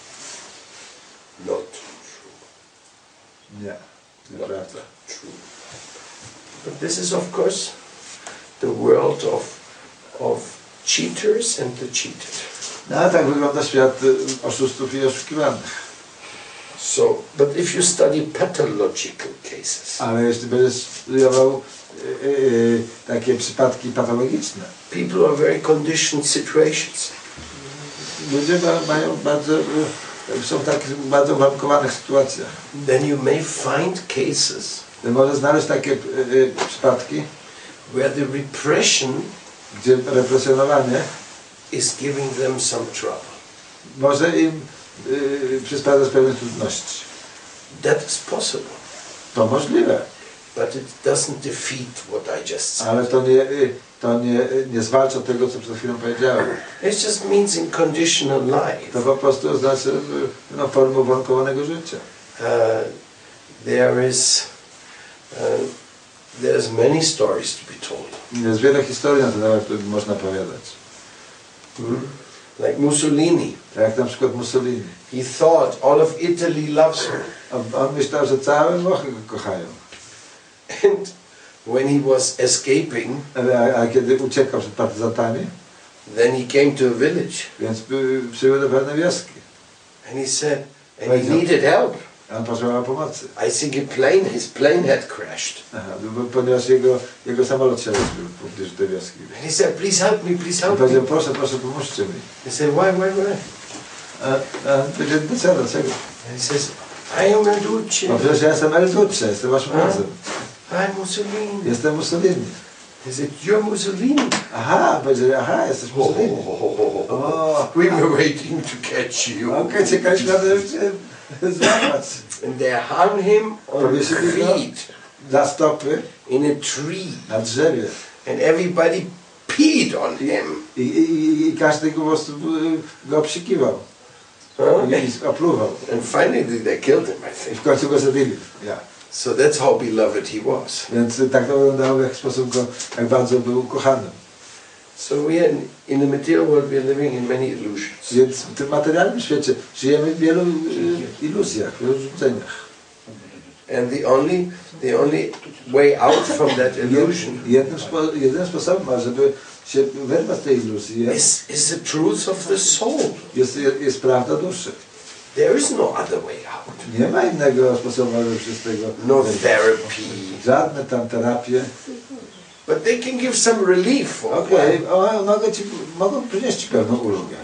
Not true. Nie, nieprawda. True. But this is of course the world of, of cheaters and the cheated. No a tak wygląda świat y, oszustów i oszukiwanych. So, but if you study pathological cases, Ale jeśli będziesz studiował y, y, takie przypadki patologiczne, people are very conditioned situations. ludzie ma, mają bardzo, y, są w takich bardzo uwarunkowanych sytuacjach. Then you may find cases Ty możesz znaleźć takie y, y, przypadki, where the repression gdzie represjonowanie is giving them some trouble. może im y, przysparzać pewne trudności. That is possible, To możliwe, but it doesn't defeat what I just said. ale to nie, y, to nie, nie zwalcza tego, co przed chwilą powiedziałem. It just means in conditional life. To po prostu oznacza y, no, formę uwarunkowanego życia. Uh, there is uh, there's many stories to be told. Jest wiele historii na ten temat, które można opowiadać. Hmm? Like Mussolini. Tak jak na przykład Mussolini. He thought all of Italy loves him. On, on myślał, że całe Włochy go kochają. And when he was escaping, A, a kiedy uciekał przed partyzantami, then he came to a village więc y, przybył do pewnej wioski. and he said, and he needed help. A on potrzebował pomocy. I think a plane, his plane had crashed. Aha, bo, ponieważ jego, jego samolot się rozbił pobliżu tej wioski. And he said, please help me, please I help powiedział, me. proszę, proszę, pomóżcie mi. He said, why, why, why? A, a on powiedział, dlaczego, dlaczego? And he says, I am El Duce. No przecież ja jestem El Duce, jestem waszym A? razem. I'm Mussolini. Jestem Mussolini. He said, you're Mussolini. Aha, powiedział, aha, jesteś Mussolini. Oh, we were waiting to catch you. Okej, okay, czekaliśmy na to, żeby cię złapać. And they hung him on Powiesili go feet za stopy in a tree. na drzewie. And everybody peed on him. I, i, i każdy go po prostu y, go obsikiwał. Huh? I opluwał. And finally they killed him, I I think. w końcu go zabili. Ja. So that's how beloved he was. Więc tak to wyglądało, w jaki sposób go, jak bardzo był ukochany. So we are in, in the material world we are living in many illusions. Więc w tym materialnym świecie żyjemy w wielu y, iluzjach, w wielu złudzeniach. And the only the only way out from that illusion Jednym, spo, jednym sposobem, żeby się wyrwać z tej iluzji, jest, is, is the truth of the soul. jest, jest prawda duszy. There is no other way out. Nie ma innego sposobu, żeby przez tego No therapy. żadne tam terapie. But they can give some relief for Okej, okay, mogą, ci, mogą przynieść ci pewną ulgę.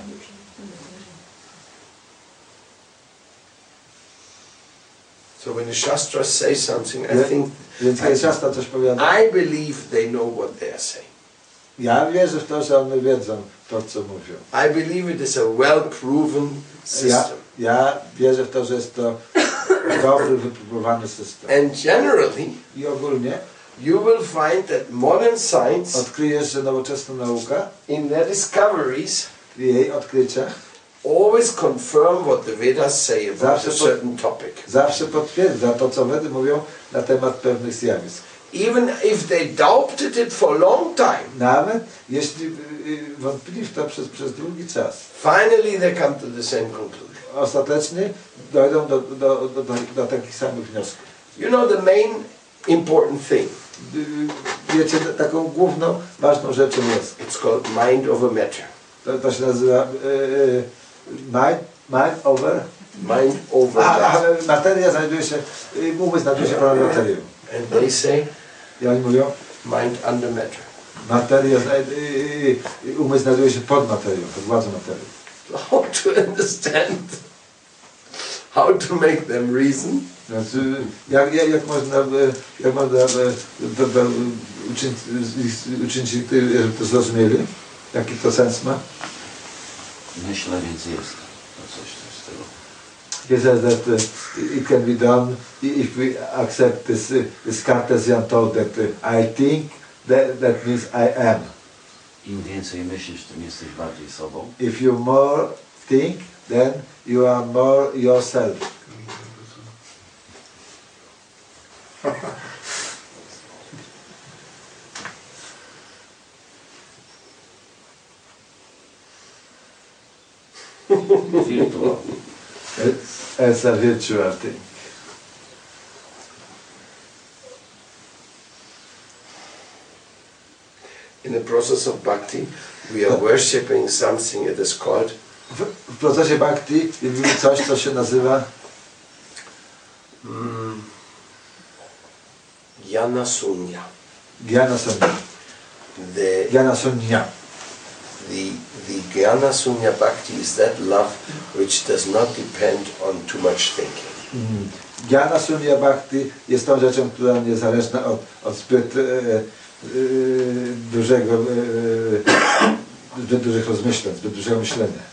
So when the Shastras say something, I Ja- think Więc kiedy Szasta coś powiada, I believe they know what they are saying. ja wierzę w to, że one wiedzą to, co mówią. I believe it is a well-proven Ja, system. ja wierzę w to, że jest to dobry, wypróbowany system. And generally, I ogólnie you will find that modern science, odkryjesz, że nowoczesna nauka in their discoveries, w jej odkryciach always confirm what the Vedas say about Zawsze a po- certain topic. zawsze potwierdza to, co Wedy mówią na temat pewnych zjawisk. Even if they doubted it for a long time, Nawet jeśli y, y, wątpili w to przez, przez długi czas, finally they come to the same conclusion. ostatecznie dojdą do, do, do, do, do takich samych wniosków. You know the main important thing, Y, Wiecie, taką główną, ważną rzeczą jest, it's called mind over matter. to, to się nazywa y, y, mind, mind over. Mind over A, a that. materia znajduje się, umysł znajduje się ponad materią. And they say I oni mówią, mind under matter. materia, umysł znajduje się pod materią, pod władzą materii. How to understand? How to make them reason? Znaczy, jak, jak, jak można, jak można uczynić, uczynić żeby to zrozumieli? Jaki to sens ma? Myślę, więc jest. To coś z tego. He says that uh, it can be done if we accept this, uh, this Cartesian thought that uh, I think, that, that means I am. Im więcej myślisz, tym jesteś bardziej sobą. If you more think, then you are more yourself. Virtual. It's as a virtual thing. In the process of bhakti, we are worshipping something that is called W, w procesie bhakti robimy coś, co się nazywa mm, Jnana Sunya. Jnana Sunya. The, Jnana Sunya. the, the Jnana Sunya bhakti is that love which does not depend on too much thinking. Mm. Jnana Sunya Bhakti jest tą rzeczą, która nie zależna od, od zbyt e, e, dużego, e, zbyt dużych rozmyśleń, zbyt dużego myślenia.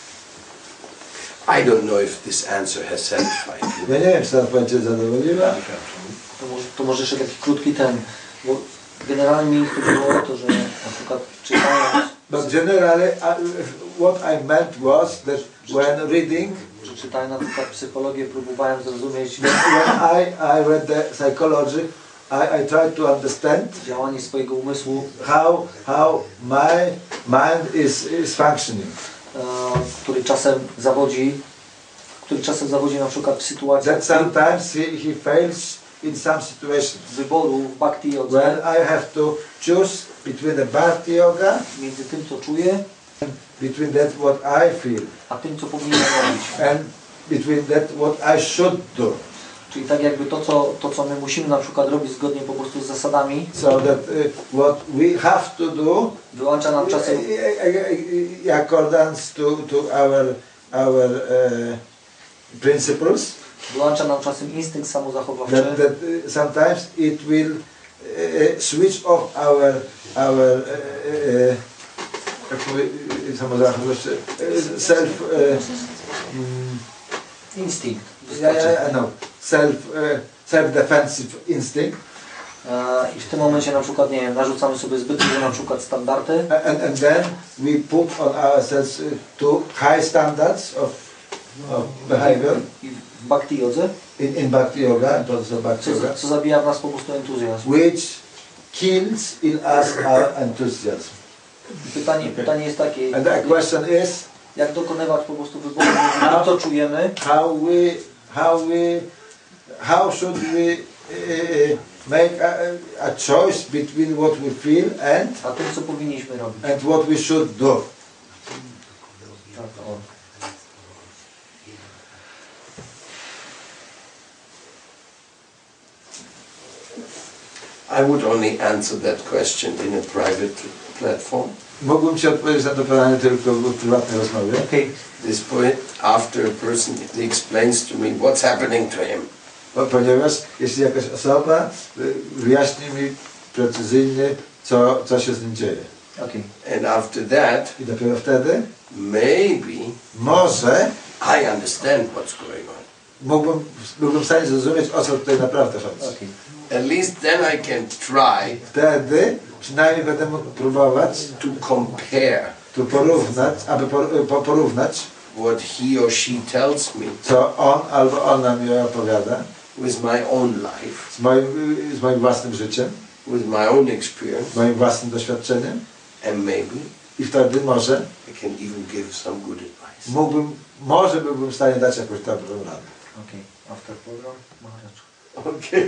I don't know if this answer has satisfied you. Ja nie wiem, czy ta odpowiedź Cię zadowoliła. To może, to może jeszcze taki krótki ten, bo generalnie mi chodziło o to, że na przykład czytając, But generally, uh, what I meant was that when reading, że czytając na przykład psychologię, próbowałem zrozumieć when I, I read the psychology, I, I tried to understand działanie swojego umysłu, how, how my mind is, is functioning. e, który czasem zawodzi, który czasem zawodzi na przykład w sytuacjach That sometimes he, he fails in some situations. wyboru w bhakti When jodze, I have to choose between the bhakti yoga, między tym co czuję, between that what I feel, a tym co powinienem robić. and between that what I should do. Czyli tak jakby to co, to, co my musimy na przykład robić zgodnie po prostu z zasadami, So that uh, what we have to do, wyłącza nam czasem in accordance to, to our, our uh, principles, wyłącza nam czasem instynkt samozachowawczy, that, that uh, sometimes it will uh, switch off our, our uh, uh, jak mówię, uh, samozachowawczy, uh, self, uh, mm, instynkt. yeah, yeah, yeah, no, self, uh, self-defensive instinct. E, I w tym momencie na przykład, nie wiem, narzucamy sobie zbyt duże na przykład standardy. And, and then we put on ourselves uh, too high standards of, of behavior I w bhakti jodze, in, in Bhakti Yoga, in process of Bhakti co, Yoga, co zabija w nas po prostu entuzjazm. which kills in us our enthusiasm. I pytanie, pytanie jest takie, And the question is, jak dokonywać po prostu wyboru między tym, co czujemy, how we, how we, how should we uh, make a, a choice between what we feel and, a tym, co powinniśmy robić. and what we should do. Tak, o. I would only answer that question in a private platform. Mógłbym Ci odpowiedzieć na to pytanie tylko w prywatnej rozmowie. Okay. This point, after a person explains to me what's happening to him. Bo, ponieważ jeśli jakaś osoba y, wyjaśni mi precyzyjnie, co, co się z nim dzieje. Okay. And after that, I dopiero wtedy maybe może I understand what's going on. mógłbym, byłbym w stanie zrozumieć, o co tutaj naprawdę chodzi. Okay. At least then I can try Wtedy przynajmniej będę mógł próbować to compare tu porównać, aby por, po, porównać, what he or she tells me co on albo ona mi opowiada with my own life, z moim, z moim własnym życiem, with my own experience, z moim własnym doświadczeniem and maybe i wtedy może I can even give some good advice. mógłbym, może byłbym w stanie dać jakąś dobrą radę. Okay. After program, Maharaj. Okay.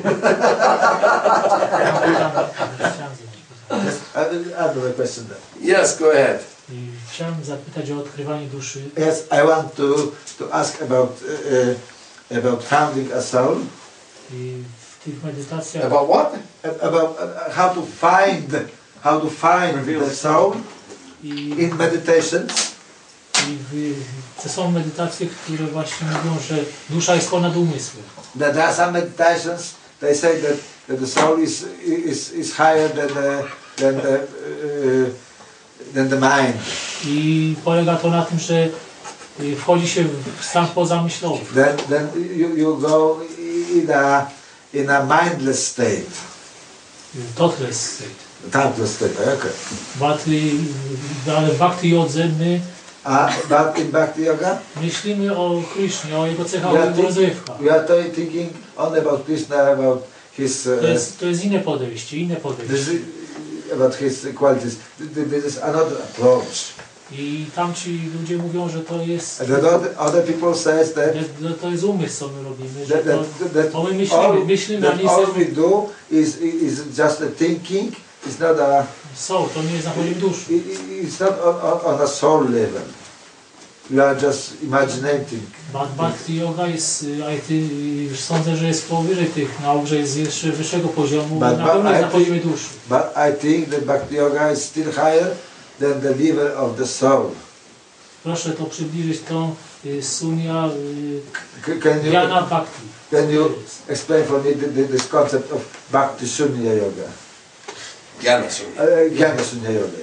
Another question then. Yes, go ahead. I chciałem zapytać o odkrywanie duszy. Yes, I want to to ask about uh, about founding a soul. I w tych medytacjach. About what? About uh, how to find how to find the soul in meditations. I to są medytacje, które właśnie mówią, że dusza jest ponad umysłem. There are some meditations. They say that, that the soul is is is higher than the than the uh, than the mind. I polega to na tym, że wchodzi się w stan pozamyślowy. Then then you you go in a in a mindless state. Thoughtless state. Thoughtless state. Okay. But ale w Bhakti Jodze my A but in Bhakti Yoga? Myślimy o Krishnie, o jego cechach, o jego rozrywkach. We are thinking only about Krishna, about his... Uh, to, jest, to jest inne podejście, inne podejście. This is about his qualities. This is another approach. I tamci ludzie mówią, że to jest... And other, other people says that... Że to jest umysł, co my robimy, że that, to, that, that bo my myślimy, all, myślimy, that a nie all jesteśmy... we do is, is just a thinking, it's not a... Soul, to nie jest na poziomie duszy. It's not on, on, on a soul level. We are just imagining. Bhakti Yoga jest, I sądzę, że jest powyżej tych nauk, że jest jeszcze wyższego poziomu, But, na pewno but jest na poziomie duszy. But I think that Bhakti Yoga is still higher than the level of the soul. Proszę to przybliżyć tą y, sunia y, Jnana Bhakti. Can you explain for me the, the, this concept of Bhakti Sunya Yoga? Jnana Sunya. Uh, Jnana Sunya Yoga.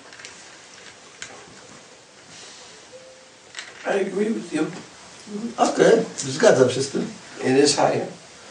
I agree with you. Okay, zgadzam się z tym. It is higher.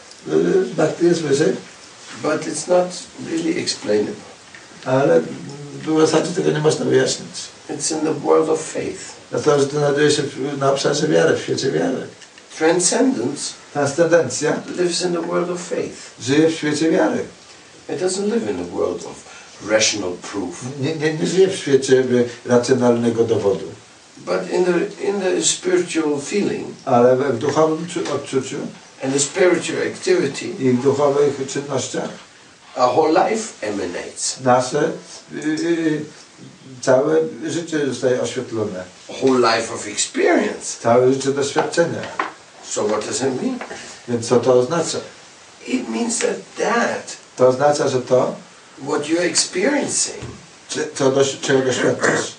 Bhakti jest wyżej. But it's not really explainable. Ale w zasadzie tego nie można wyjaśnić. It's in the world of faith. Dlatego, że to znajduje się na obszarze wiary, w świecie wiary. Transcendence Transcendencja lives in the world of faith. Żyje w świecie wiary. It doesn't live in the world of rational proof. Nie, nie, nie żyje w świecie racjonalnego dowodu. But in the in the spiritual feeling, ale w duchowym odczuciu and the spiritual activity, i w duchowych czynnościach our whole life emanates. Nasze y, y, całe życie zostaje oświetlone. Whole life of experience. Całe życie doświadczenia. So what does it mean? Więc co to oznacza? It means that that To oznacza, że to, what you're experiencing, co do, czego doświadczasz,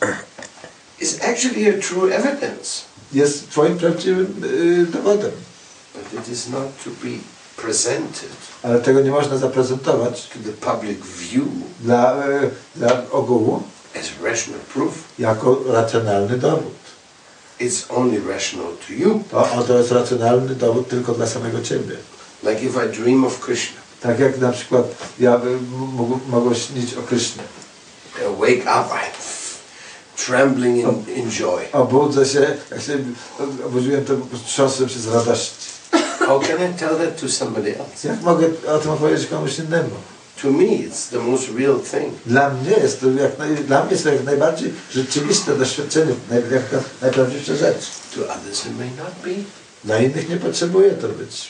is actually a true evidence. Jest twoim prawdziwym y, dowodem. But it is not to be presented. Ale tego nie można zaprezentować to the public view dla, y, dla ogółu as rational proof. Jako racjonalny dowód. It's only rational to you. To, to jest racjonalny dowód tylko dla samego ciebie. Like if I dream of Krishna. Tak jak na przykład ja mogę śnić o Krysznie. I wake up, I'm trembling in, in joy. Obudzę się, jak się obudziłem, to trząsłem się z radości. How can I tell that to somebody else? Jak mogę o tym opowiedzieć komuś innemu? To me, it's the most real thing. Dla mnie jest to jak naj, dla mnie jest to jak najbardziej rzeczywiste doświadczenie, naj, jak najprawdziwsza rzecz. To others it may not be. Dla innych nie potrzebuje to być.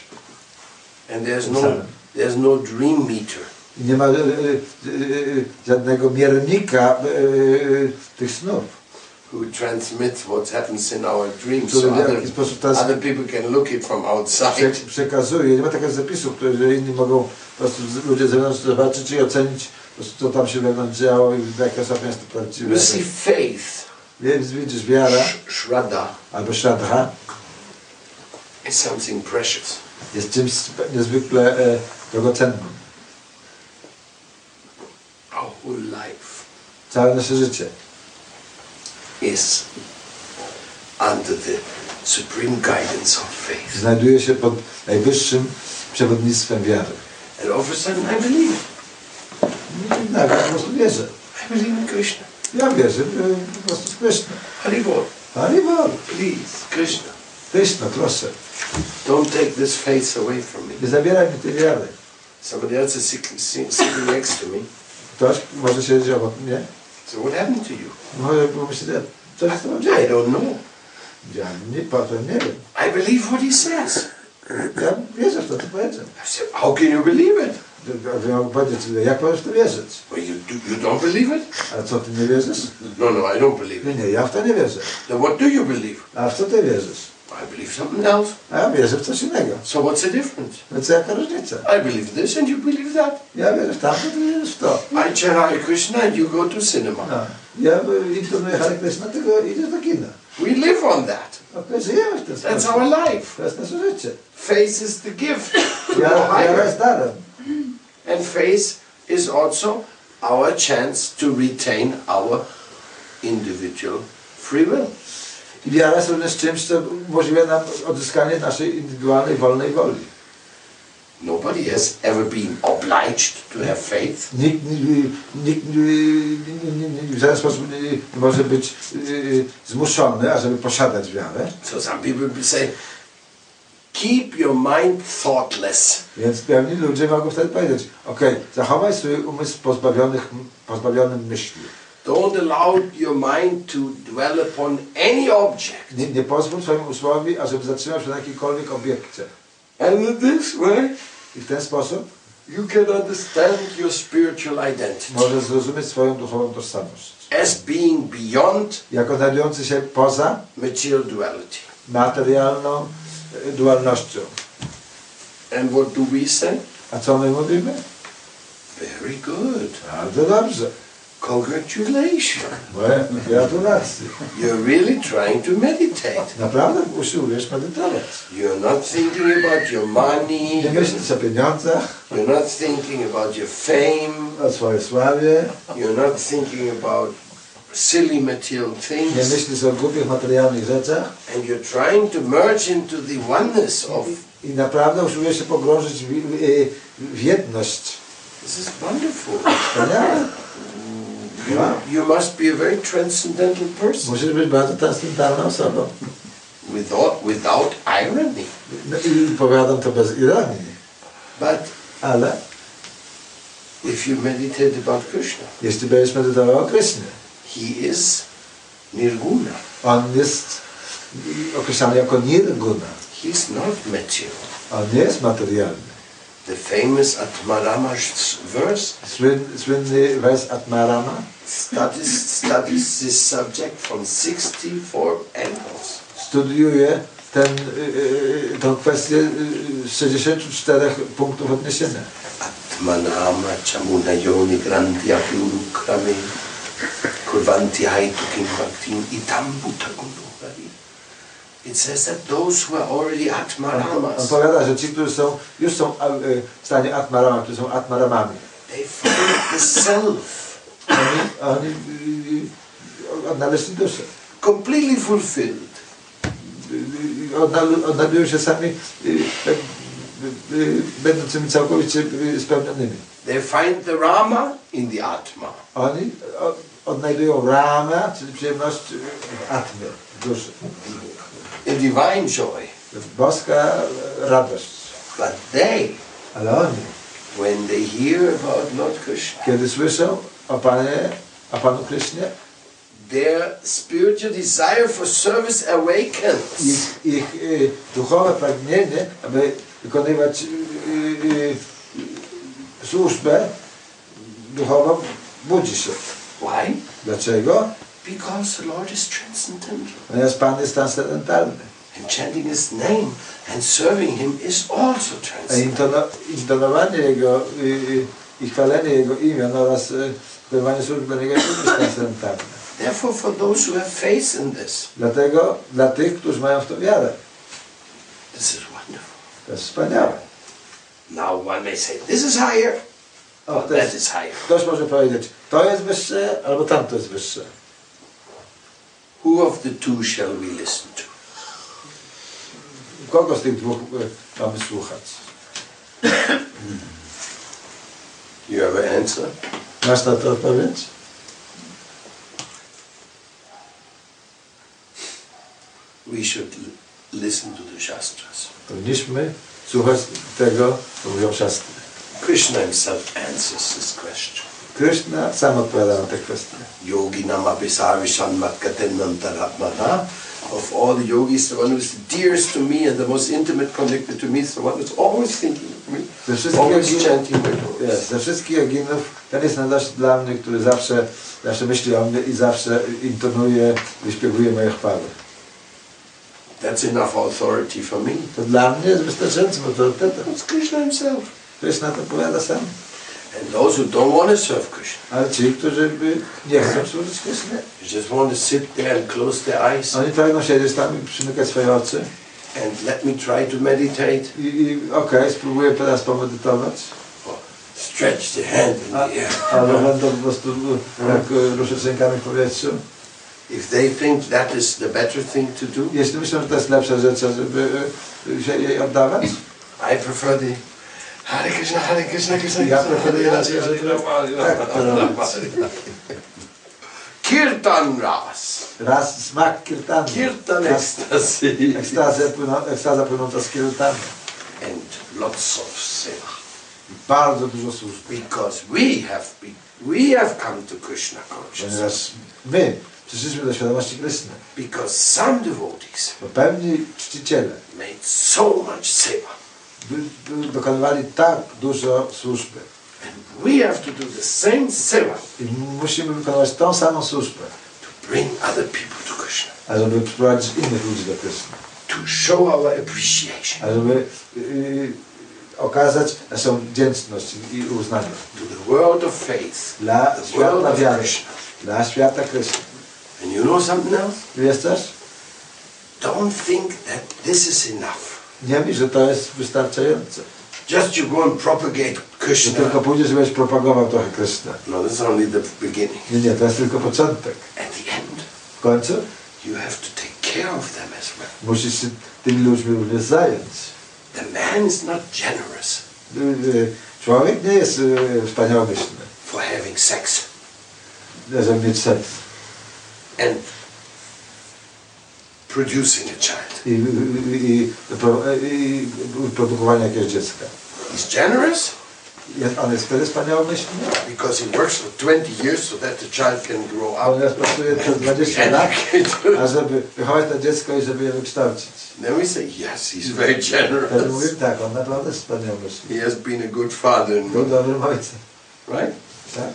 And there's no, there's no dream meter. Nie ma y, y, y, żadnego miernika y, y, tych snów. Who transmits what happens in our dreams, Który so w other, jakiś sposób teraz other people can look it from outside. Prze, przekazuje. Nie ma takich zapisów, które inni mogą po prostu ludzie z zewnątrz zobaczyć i ocenić, po prostu, co tam się wewnątrz działo i w jaki sposób jest to prawdziwe. You see, faith, więc widzisz, wiara, shraddha, albo shraddha, is something precious. Jest czymś niezwykle e, drogocennym. Our whole life Całe nasze życie is under the supreme guidance of faith. Znajduje się pod najwyższym przewodnictwem wiary. And all of a sudden I believe. Tak, ja po prostu wierzę. I believe in Krishna. Ja wierzę po prostu w Krishna. Haribol. Haribol. Please, Krishna. Krishna, proszę. Don't take this faith away from me. Nie zabieraj mi tej wiary. Somebody else is sitting, sitting next to me. Ktoś może siedzieć obok mnie. So what happened to you? Może pomyśleć, co się z tobą dzieje? I don't know. Ja nie, potem nie wiem. I believe what he says. Ja wierzę w to, co powiedział. I said, how can you believe it? Ja mogę powiedzieć, jak możesz w to wierzyć? Well, you, do, you don't believe it? A co, ty nie wierzysz? No, no, I don't believe Nie, it. nie, ja w to nie wierzę. Then what do you believe? A w co ty wierzysz? I believe something else. A ja wierzę w coś innego. So what's the difference? No co, jaka różnica? I believe this and you believe that. Ja wierzę w tamto, ty wierzysz w to. I chant Hare Krishna and you go to cinema. No. Ja intonuję Hare Krishna, tylko idziesz do kina. We live on that. Okej, żyjemy w ten sposób. That's our life. To jest nasze życie. Faith is the gift. Wiara, wiara jest darem. And faith is also our chance to retain our individual free will. I wiara jest również czymś, co umożliwia nam odzyskanie naszej indywidualnej, wolnej woli. Nobody has ever been obliged to have faith. Nikt, nikt w żaden sposób nie, nie może być y, zmuszony, ażeby posiadać wiarę. So some people say, keep your mind thoughtless. Więc pewni ludzie mogą wtedy powiedzieć, okej, zachowaj swój umysł pozbawionych, pozbawionym myśli. Don't allow your mind to dwell upon any object. Nie, nie pozwól swojemu umysłowi, ażeby zatrzymał się na jakimkolwiek obiekcie. And in this way, I w ten sposób you can understand your spiritual identity możesz zrozumieć swoją duchową tożsamość. as being beyond Jako znajdujący się poza material duality. materialną y, dualnością. And what do we say? A co my mówimy? Very good. Bardzo dobrze. Congratulations. Moje gratulacje. You're really trying to meditate. Naprawdę usiłujesz medytować. You're not thinking about your money. Nie myślisz o pieniądzach, You're not thinking about your fame. o swojej sławie. You're not thinking about silly material Nie things. myślisz o głupich materialnych rzeczach. And you're trying to merge into the oneness of... I naprawdę usiłujesz się pogrążyć w, w, w jedność. This is wonderful. Wspaniale. You, you must be a very transcendental person. Musisz być bardzo transcendentalną osobą. Without, without irony. No i powiadam to bez ironii. But Ale if you meditate about Krishna, jeśli będziesz medytował o Krysznie, he is nirguna. on jest określany jako nirguna. He's not material. On nie jest materialny. The famous Atmarama's verse Słyn, słynny wers Atmarama studies, studies this subject from sixty-four angles. studiuje ten, y, y, tę kwestię y, z sześćdziesięciu czterech punktów odniesienia. Atmanama chamunayoni grandya krame kurvanti haitu kim bhaktin itam bhutagunuhari. It says that those who are already On Atmaramas, powiada, że ci, którzy są, już są y, w stanie Atmarama, którzy są Atmaramami, they find the self oni, oni y, y, odnaleźli duszę. completely fulfilled. Y, y, odnal- Odnajdują się sami y, y, y, będącymi całkowicie y, spełnionymi. They find the Rama in the Atma. Oni o, odnajdują Rama, czyli przyjemność w Atmie, w duszy. A divine joy. Boska radość. But they, Ale oni, when they hear about Lord Krishna, kiedy słyszą o Panie, o Panu Krysznie, their spiritual desire for service awakens. ich, ich y, duchowe pragnienie, aby wykonywać y, y, y, służbę duchową, budzi się. Why? Dlaczego? Because the Lord is transcendental. Ponieważ Pan jest transcendentalny. And chanting His name and serving Him is also A transcendental. intono, intonowanie Jego y, y, i chwalenie Jego imion oraz y, wykonywanie służby dla Niego jest również transcendentalne. Therefore, for those who have faith in this, Dlatego dla tych, którzy mają w to wiarę, this is wonderful. to jest wspaniałe. Now one may say, this is higher, O, or to that jest, is higher. ktoś może powiedzieć, to jest wyższe, albo tamto jest wyższe. Who of the two shall we listen to? Kogo z tych dwóch y, mamy słuchać? You have an answer? Masz na to odpowiedź? We should l- listen to the Shastras. Powinniśmy słuchać tego, co mówią szastry. Krishna himself answers this question. Krishna sam odpowiada na te kwestie. Yoginam apisavishan matkatenantaratmana. Of all the yogis, the one who is dearest to me and the most intimate connected to me is the one who's always thinking of me. Ze wszystkich, yes, ze wszystkich Eginów ten jest najlepszy dla mnie, który zawsze, zawsze myśli o mnie i zawsze intonuje, wyśpiewuje moje chwały. That's enough authority for me. To dla mnie jest wystarczającym autorytetem. It's Krishna himself. Krishna to powiada sam. And those who don't want to serve Krishna. Ale ci, którzy by nie chcą służyć Krishnie, you just want to sit there and close their eyes. Oni pragną siedzieć tam i przymykać swoje oczy. And let me try to meditate. I, i okej, okay, spróbuję teraz pomedytować. Oh, stretch the hand in the air. Albo będą po prostu tak ruszyć rękami w powietrzu. If they think that is the better thing to do. Jeśli myślą, że to jest lepsza rzecz, żeby się jej oddawać. I prefer the Hare Krishna, Hare Krishna, Krishna. Ja preferuję raczej, żeby tak to robić. Kirtan ras. Raz smak kirtanu. Kirtan ecstasy. Ekstaza płynąca z kirtanu. And lots of seva. Bardzo dużo służb. Because we have been, we have come to Krishna consciousness. Ponieważ my przyszliśmy do świadomości Kryszny. Because some devotees. Bo pewni czciciele made so much seva. Dokonywali tak dużo służby. And we have to do the same seva. I musimy wykonywać tą samą służbę. To bring other people to Krishna. A żeby przyprowadzić innych ludzi do Kryszny. To show our appreciation. A żeby y, okazać naszą wdzięczność i uznanie. To the world of faith. Dla świata wiary. Dla świata Kryszny. And you know something else? Wiesz też? Don't think that this is enough. Nie myśl, że to jest wystarczające. Just you go and propagate Krishna. Że tylko pójdziesz, żebyś propagował trochę Krysznę. No, this is only the beginning. Nie, nie, to jest tylko początek. At the end. W końcu? You have to take care of them as well. Musisz się tymi ludźmi również zająć. The man is not generous. Człowiek nie jest wspaniałomyślny. For having sex. Żeby mieć seks. And producing a child. I, i, i, i, i produkowanie jakiegoś dziecka. He's generous. Jest, on jest wtedy wspaniałomyślny. Because he works for twenty years so that the child can grow up. Ponieważ pracuje przez dwadzieścia lat, a żeby wychować to dziecko i żeby je wykształcić. Then we say, yes, he's very generous. Wtedy mówimy, tak, on naprawdę jest wspaniałomyślny. He has been a good father. Był dobrym ojcem. Right? Tak?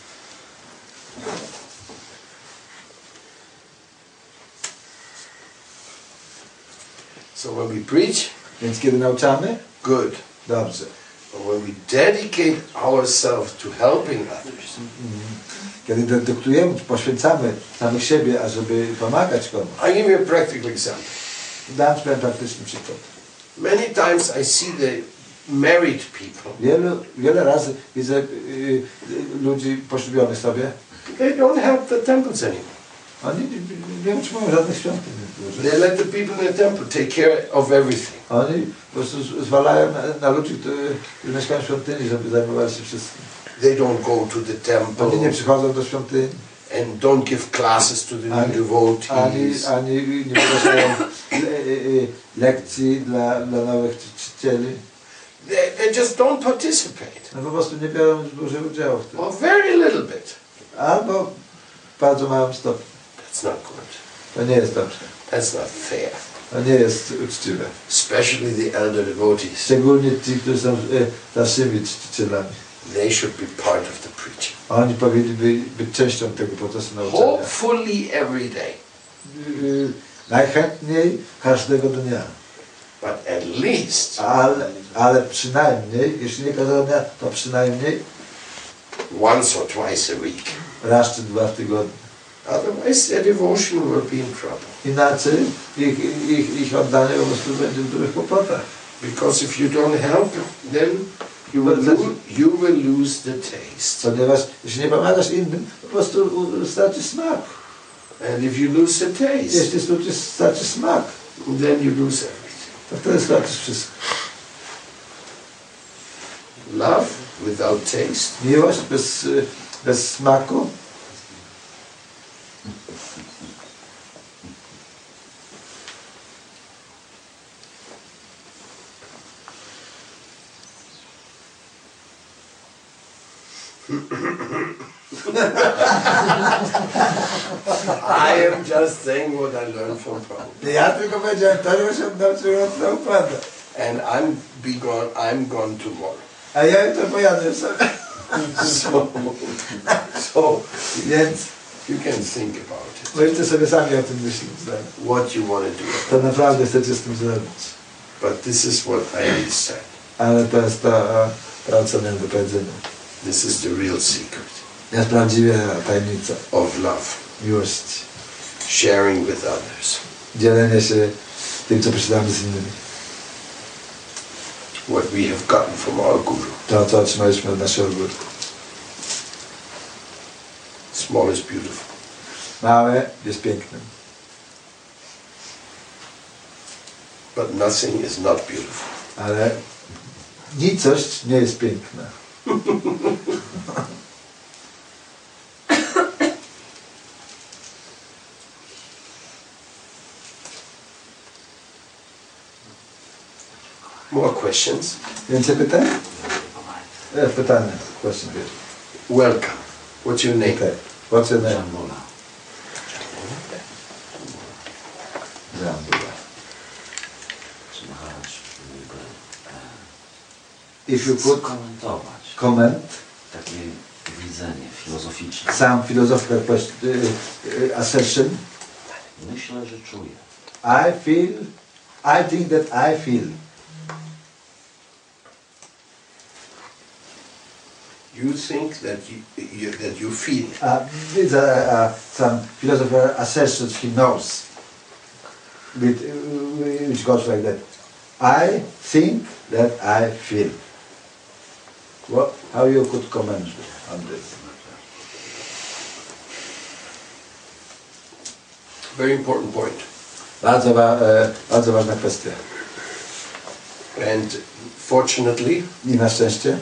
So when we preach, więc kiedy nauczamy, good. Dobrze. But when we dedicate ourselves to helping others, kiedy dedykujemy, poświęcamy samych siebie, ażeby pomagać komuś. I give you a practical example. Dam ci praktyczny przykład. Many times I see the married people. Wiele, wiele razy widzę y, y, ludzi poślubionych sobie. They don't help the temples anymore. Oni nie utrzymują żadnych świątyń. They let the people in the temple take care of everything. Oni po prostu zwalają na, na ludzi, którzy mieszkają w świątyni, żeby zajmowali się wszystkim. They don't go to the temple. Oni nie przychodzą do świątyni. And don't give classes to the ani, new devotees. Ani, ani nie wygłaszają le, lekcji dla, dla nowych czcicieli. They, they just don't participate. No po prostu nie biorą dużego udziału w tym. Or very little bit. Albo w bardzo małym stopniu. That's not good. To nie jest dobrze. That's not fair. To nie jest uczciwe. Especially the elder devotees. Szczególnie ci, którzy są starszymi czcicielami. They should be part of the preaching. Oni powinni być częścią tego procesu nauczania. Hopefully every day. Najchętniej każdego dnia. But at least. Ale, ale przynajmniej, jeśli nie każdego dnia, to przynajmniej once or twice a week. Raz czy dwa w tygodniu. Otherwise their devotion will be in trouble. Inaczej ich, ich, ich oddanie po prostu będzie w dużych kłopotach. Because if you don't help them, you will, lose, you will lose the taste. Ponieważ jeśli nie pomagasz innym, po prostu stracisz smak. And if you lose the taste, jeśli stracisz smak, then you lose everything. To wtedy stracisz wszystko. Love without taste. Miłość bez, bez smaku. I am just saying what I learned from Prabhupada. Ja tylko powiedziałem to, że się nauczyłem od Prabhupada. And I'm be gone. I'm gone tomorrow. A ja jutro pojadę sobie. So, so Więc you can think about it. możecie sobie sami o tym myśleć. What you want to do. To naprawdę chcecie z tym zrobić. But this is what I understand. Ale to jest to, to co miałem do powiedzenia. This is the real secret. Jest prawdziwa tajemnica of love. Miłości. Sharing with others. Dzielenie się tym, co posiadamy z innymi. What we have gotten from our guru. To, co otrzymaliśmy od naszego guru. Small is beautiful. Małe jest pięknym. But nothing is not beautiful. Ale nicość nie jest piękna. More questions? Więcej pytań? E, pytania. Question here. Welcome. What's your name? Okay. What's your name? Jambola. Jambola. Czy Maharaj mógłby If you could skomentować comment takie widzenie filozoficzne. some philosophical question, uh, assertion. Myślę, że czuję. I feel, I think that I feel. You think that you, you that you feel. Uh, these are uh, some philosophical assertions he knows, with, uh, which goes like that. I think that I feel. What? How you could comment on this? Very important point. Bardzo, wa e, bardzo ważna kwestia. And fortunately, I na szczęście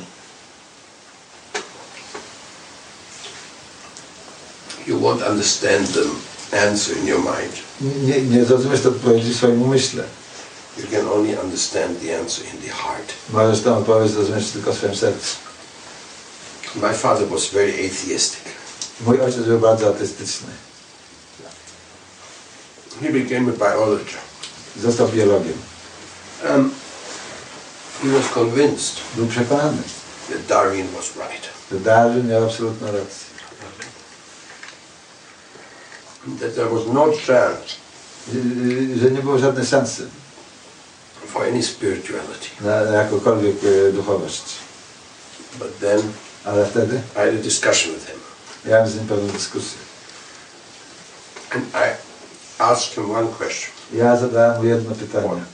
you won't understand the answer in your mind. nie, nie zrozumiesz to odpowiedzi w swoim umyśle. You can only understand the answer in the heart. Możesz tę odpowiedź zrozumieć tylko w swoim sercu. My father was very atheistic. Mój ojciec był bardzo ateistyczny. He became a biologist. Został biologiem. Um, he was convinced Był przekonany, that Darwin was right. że Darwin miał absolutną rację. That there was no chance Że nie było żadnej szansy for any spirituality. na, na jakąkolwiek e, duchowość. But then Ale wtedy I had a discussion with him. miałem z nim pewną dyskusję. And I asked him one question. Ja zadałem mu jedno pytanie.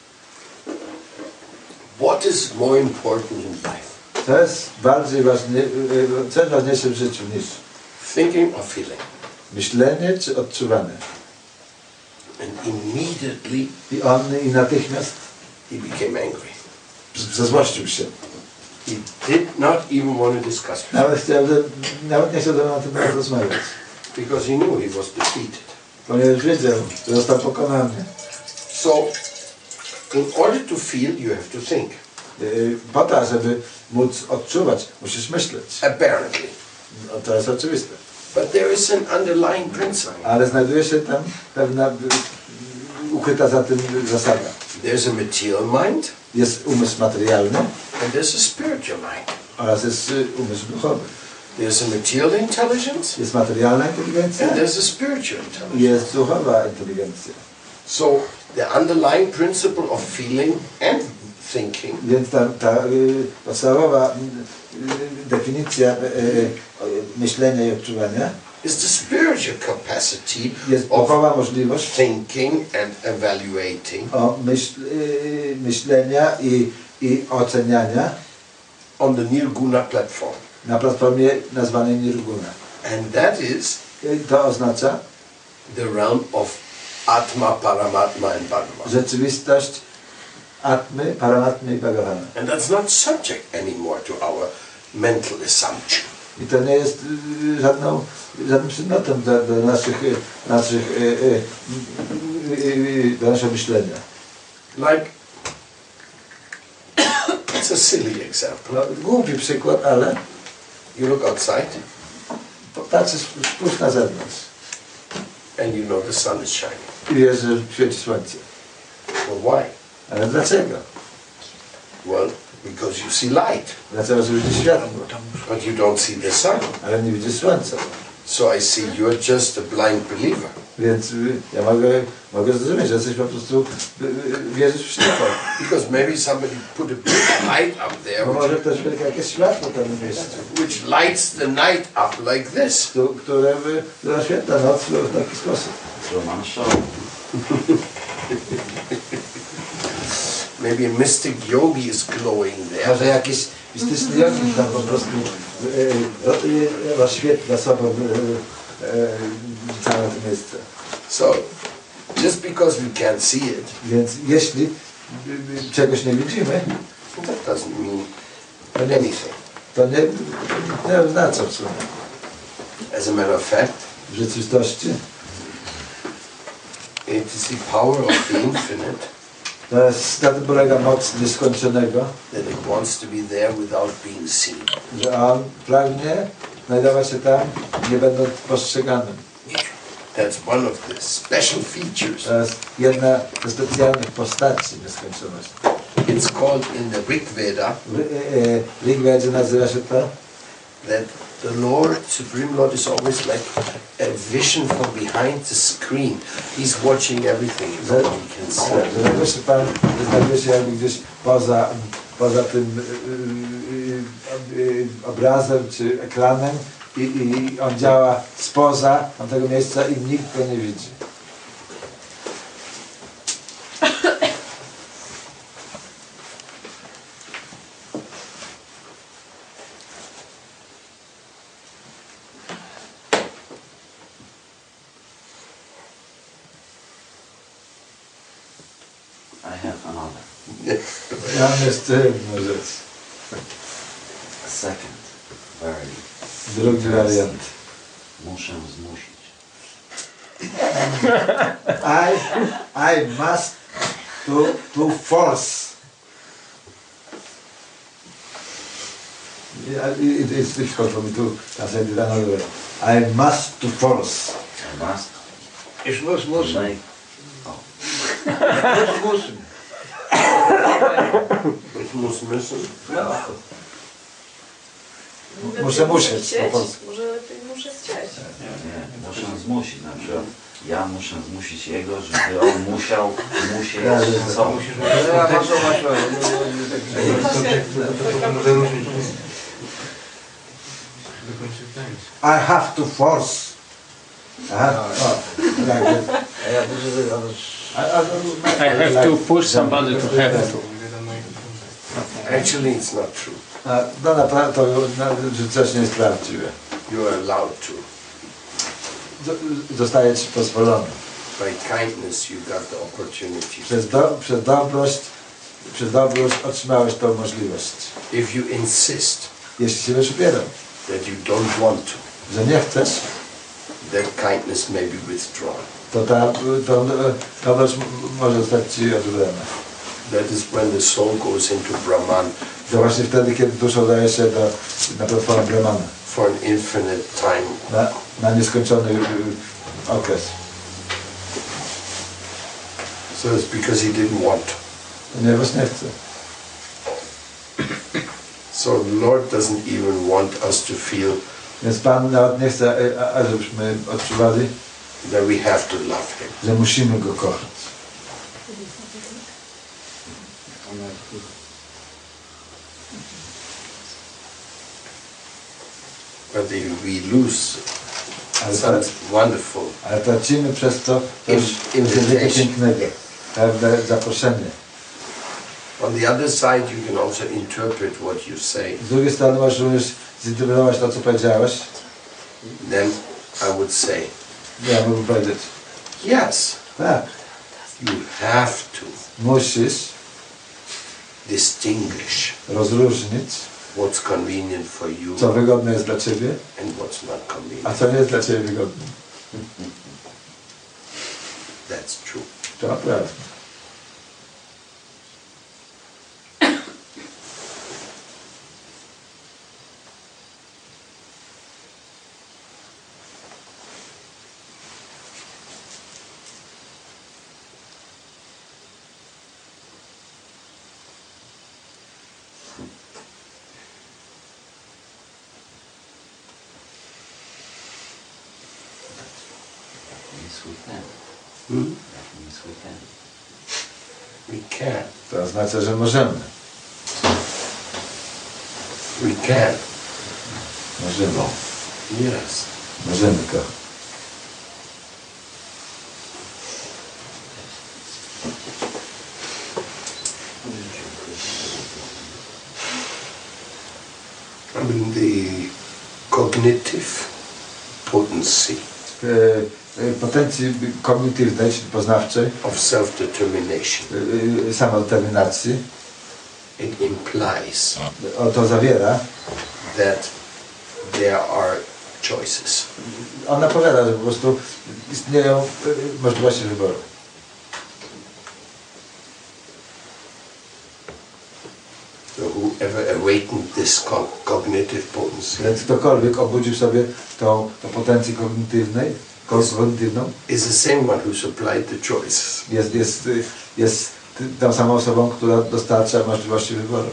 What is more important in life? Co jest bardziej ważne, co jest ważniejsze w życiu niż Thinking or feeling? myślenie czy odczuwanie? And immediately I on i natychmiast he became angry. zezłościł się. He did not even want to discuss it. Nawet, chciał, nawet nie chciał ze mną na ten temat rozmawiać. Because he knew he was defeated. Ponieważ wiedział, że został pokonany. So, in order to feel, you have to think. Po to, żeby móc odczuwać, musisz myśleć. Apparently. No, to jest oczywiste. But there is an underlying principle. Ale znajduje się tam pewna ukryta za tym zasada. There's a material mind. Jest umysł materialny. And there's a spiritual mind. Oraz jest umysł duchowy. There's a material intelligence. Jest materialna inteligencja. And there's a spiritual intelligence. I jest duchowa inteligencja. So the underlying principle of feeling and thinking. Więc ta, ta y, podstawowa y, definicja y, y, myślenia i odczuwania is the spiritual capacity jest duchowa możliwość thinking and evaluating o myśl, y, myślenia i, i oceniania on the Nirguna platform. na platformie nazwanej Nirguna. And that is I to oznacza the realm of Atma, Paramatma and Bhagavan. rzeczywistość Atmy, Paramatmy i Bhagavana. And that's not subject anymore to our mental assumption. I to nie jest y, żadną, żadnym przedmiotem do, do naszych, y, naszych y, y, y, y, do naszego myślenia. Like, it's a silly example. No, głupi przykład, ale You look outside patrzysz, spójrz na zewnątrz and you know the sun is shining. i wiesz, że świeci słońce. Well, why? Ale dlaczego? Well, because you see light. Dlaczego widzisz światło? But you don't see the sun. Ale nie widzisz słońca. So I see you're just a blind believer. Więc ja mogę, mogę zrozumieć, że jesteś po prostu, wierzysz w ślepo. Because maybe somebody put a big light up there, Bo może which, ktoś wielkie jakieś światło tam w miejscu, which lights the night up like this. tu- które by zaświetla noc w taki sposób. Roman show. Maybe a mystic yogi is glowing there. Może jakiś mistyczny jogik tam po prostu e, e, rozświetla sobą e, e, całe to miejsce. So, just because we can't see it, Więc jeśli e, czegoś nie widzimy, that doesn't mean to nie, anything. to nie, nie oznacza w sumie. As a matter of fact, W rzeczywistości it is the power of the infinite to jest, na tym polega moc nieskończonego, that it wants to be there without being seen. że on pragnie znajdować się tam, nie będąc postrzeganym. That's one of the special features. To jest jedna ze specjalnych postaci nieskończoności. It's called in the Rig Veda W e, w Rig Vedzie nazywa się to, that the Lord, Supreme Lord, is always like a vision from behind the screen. He's watching everything, że, nobody can see. że Najwyższy Pan znajduje się jakby gdzieś poza, poza tym y, y, y, obrazem czy ekranem i, i on działa spoza tamtego miejsca i nikt go nie widzi. I have another. Ja mam jeszcze jedną rzecz. Second, very Drugi wariant. muszę zmusić. I, I must to, to force. Yeah, It, it's difficult for me to translate it another way. I must to force. I must Ich muss, muss. make Muss, muss. Ich muss müssen. Muszę musieć, po polsku. Może lepiej muszę chcieć. Nie, muszę zmusić. Na przykład ja muszę zmusić jego, żeby on musiał musieć co? I have to force. I have, oh, like it. I, I have to push somebody to have to. Actually, it's not true. A, no naprawdę to na- coś nie jest prawdziwe. You are allowed to. Z- Zostaje ci pozwolone. By kindness, you got the opportunity. Przez, do, przez dobrość, przez dobrość otrzymałeś tą możliwość. If you insist Jeśli się będziesz upierał, that you don't want to, że nie chcesz, that kindness may be withdrawn. to ta to, dobroć m- może zostać ci odebrana. That is when the soul goes into Brahman To właśnie wtedy, kiedy dusza daje się do, na platformę Brahmana, for an infinite time. na, na nieskończony y, okres. So it's because he didn't want to. Ponieważ nie chce. So the Lord doesn't even want us to feel Więc Pan nawet nie chce, y, a- a żebyśmy odczuwali, that we have to love him. że musimy Go kochać. But if we lose Ale, something wonderful, ale tracimy przez to coś In- invitation. wielkiego, pięknego, pewne zaproszenie. on the other side you can also interpret what you say. Z drugiej strony możesz również zinterpretować to, co powiedziałeś. Then I would say, Ja mógłbym powiedzieć, yes, tak, you have to musisz distinguish rozróżnić, what's convenient for you co wygodne jest dla Ciebie, and what's not a convenient. co nie jest dla Ciebie wygodne. That's true. To prawda. swój ten. Hmm? Jaki jest swój ten. We can. To oznacza, że możemy. We can. Możemy. Yes. Możemy kochać. I mean the cognitive potency E, e, potencji kognitywnej, czyli poznawczej, of self-determination. e, e, samodeterminacji, It implies o to zawiera. that there are choices. Ona powiada, że po prostu istnieją e, możliwości wyboru. So whoever awakened this co cognitive potency Więc ktokolwiek obudził sobie tą, tą potencję kognitywnej, kognitywną, is the same one who supplied the choices. jest, jest, jest tą samą osobą, która dostarcza możliwości wyboru.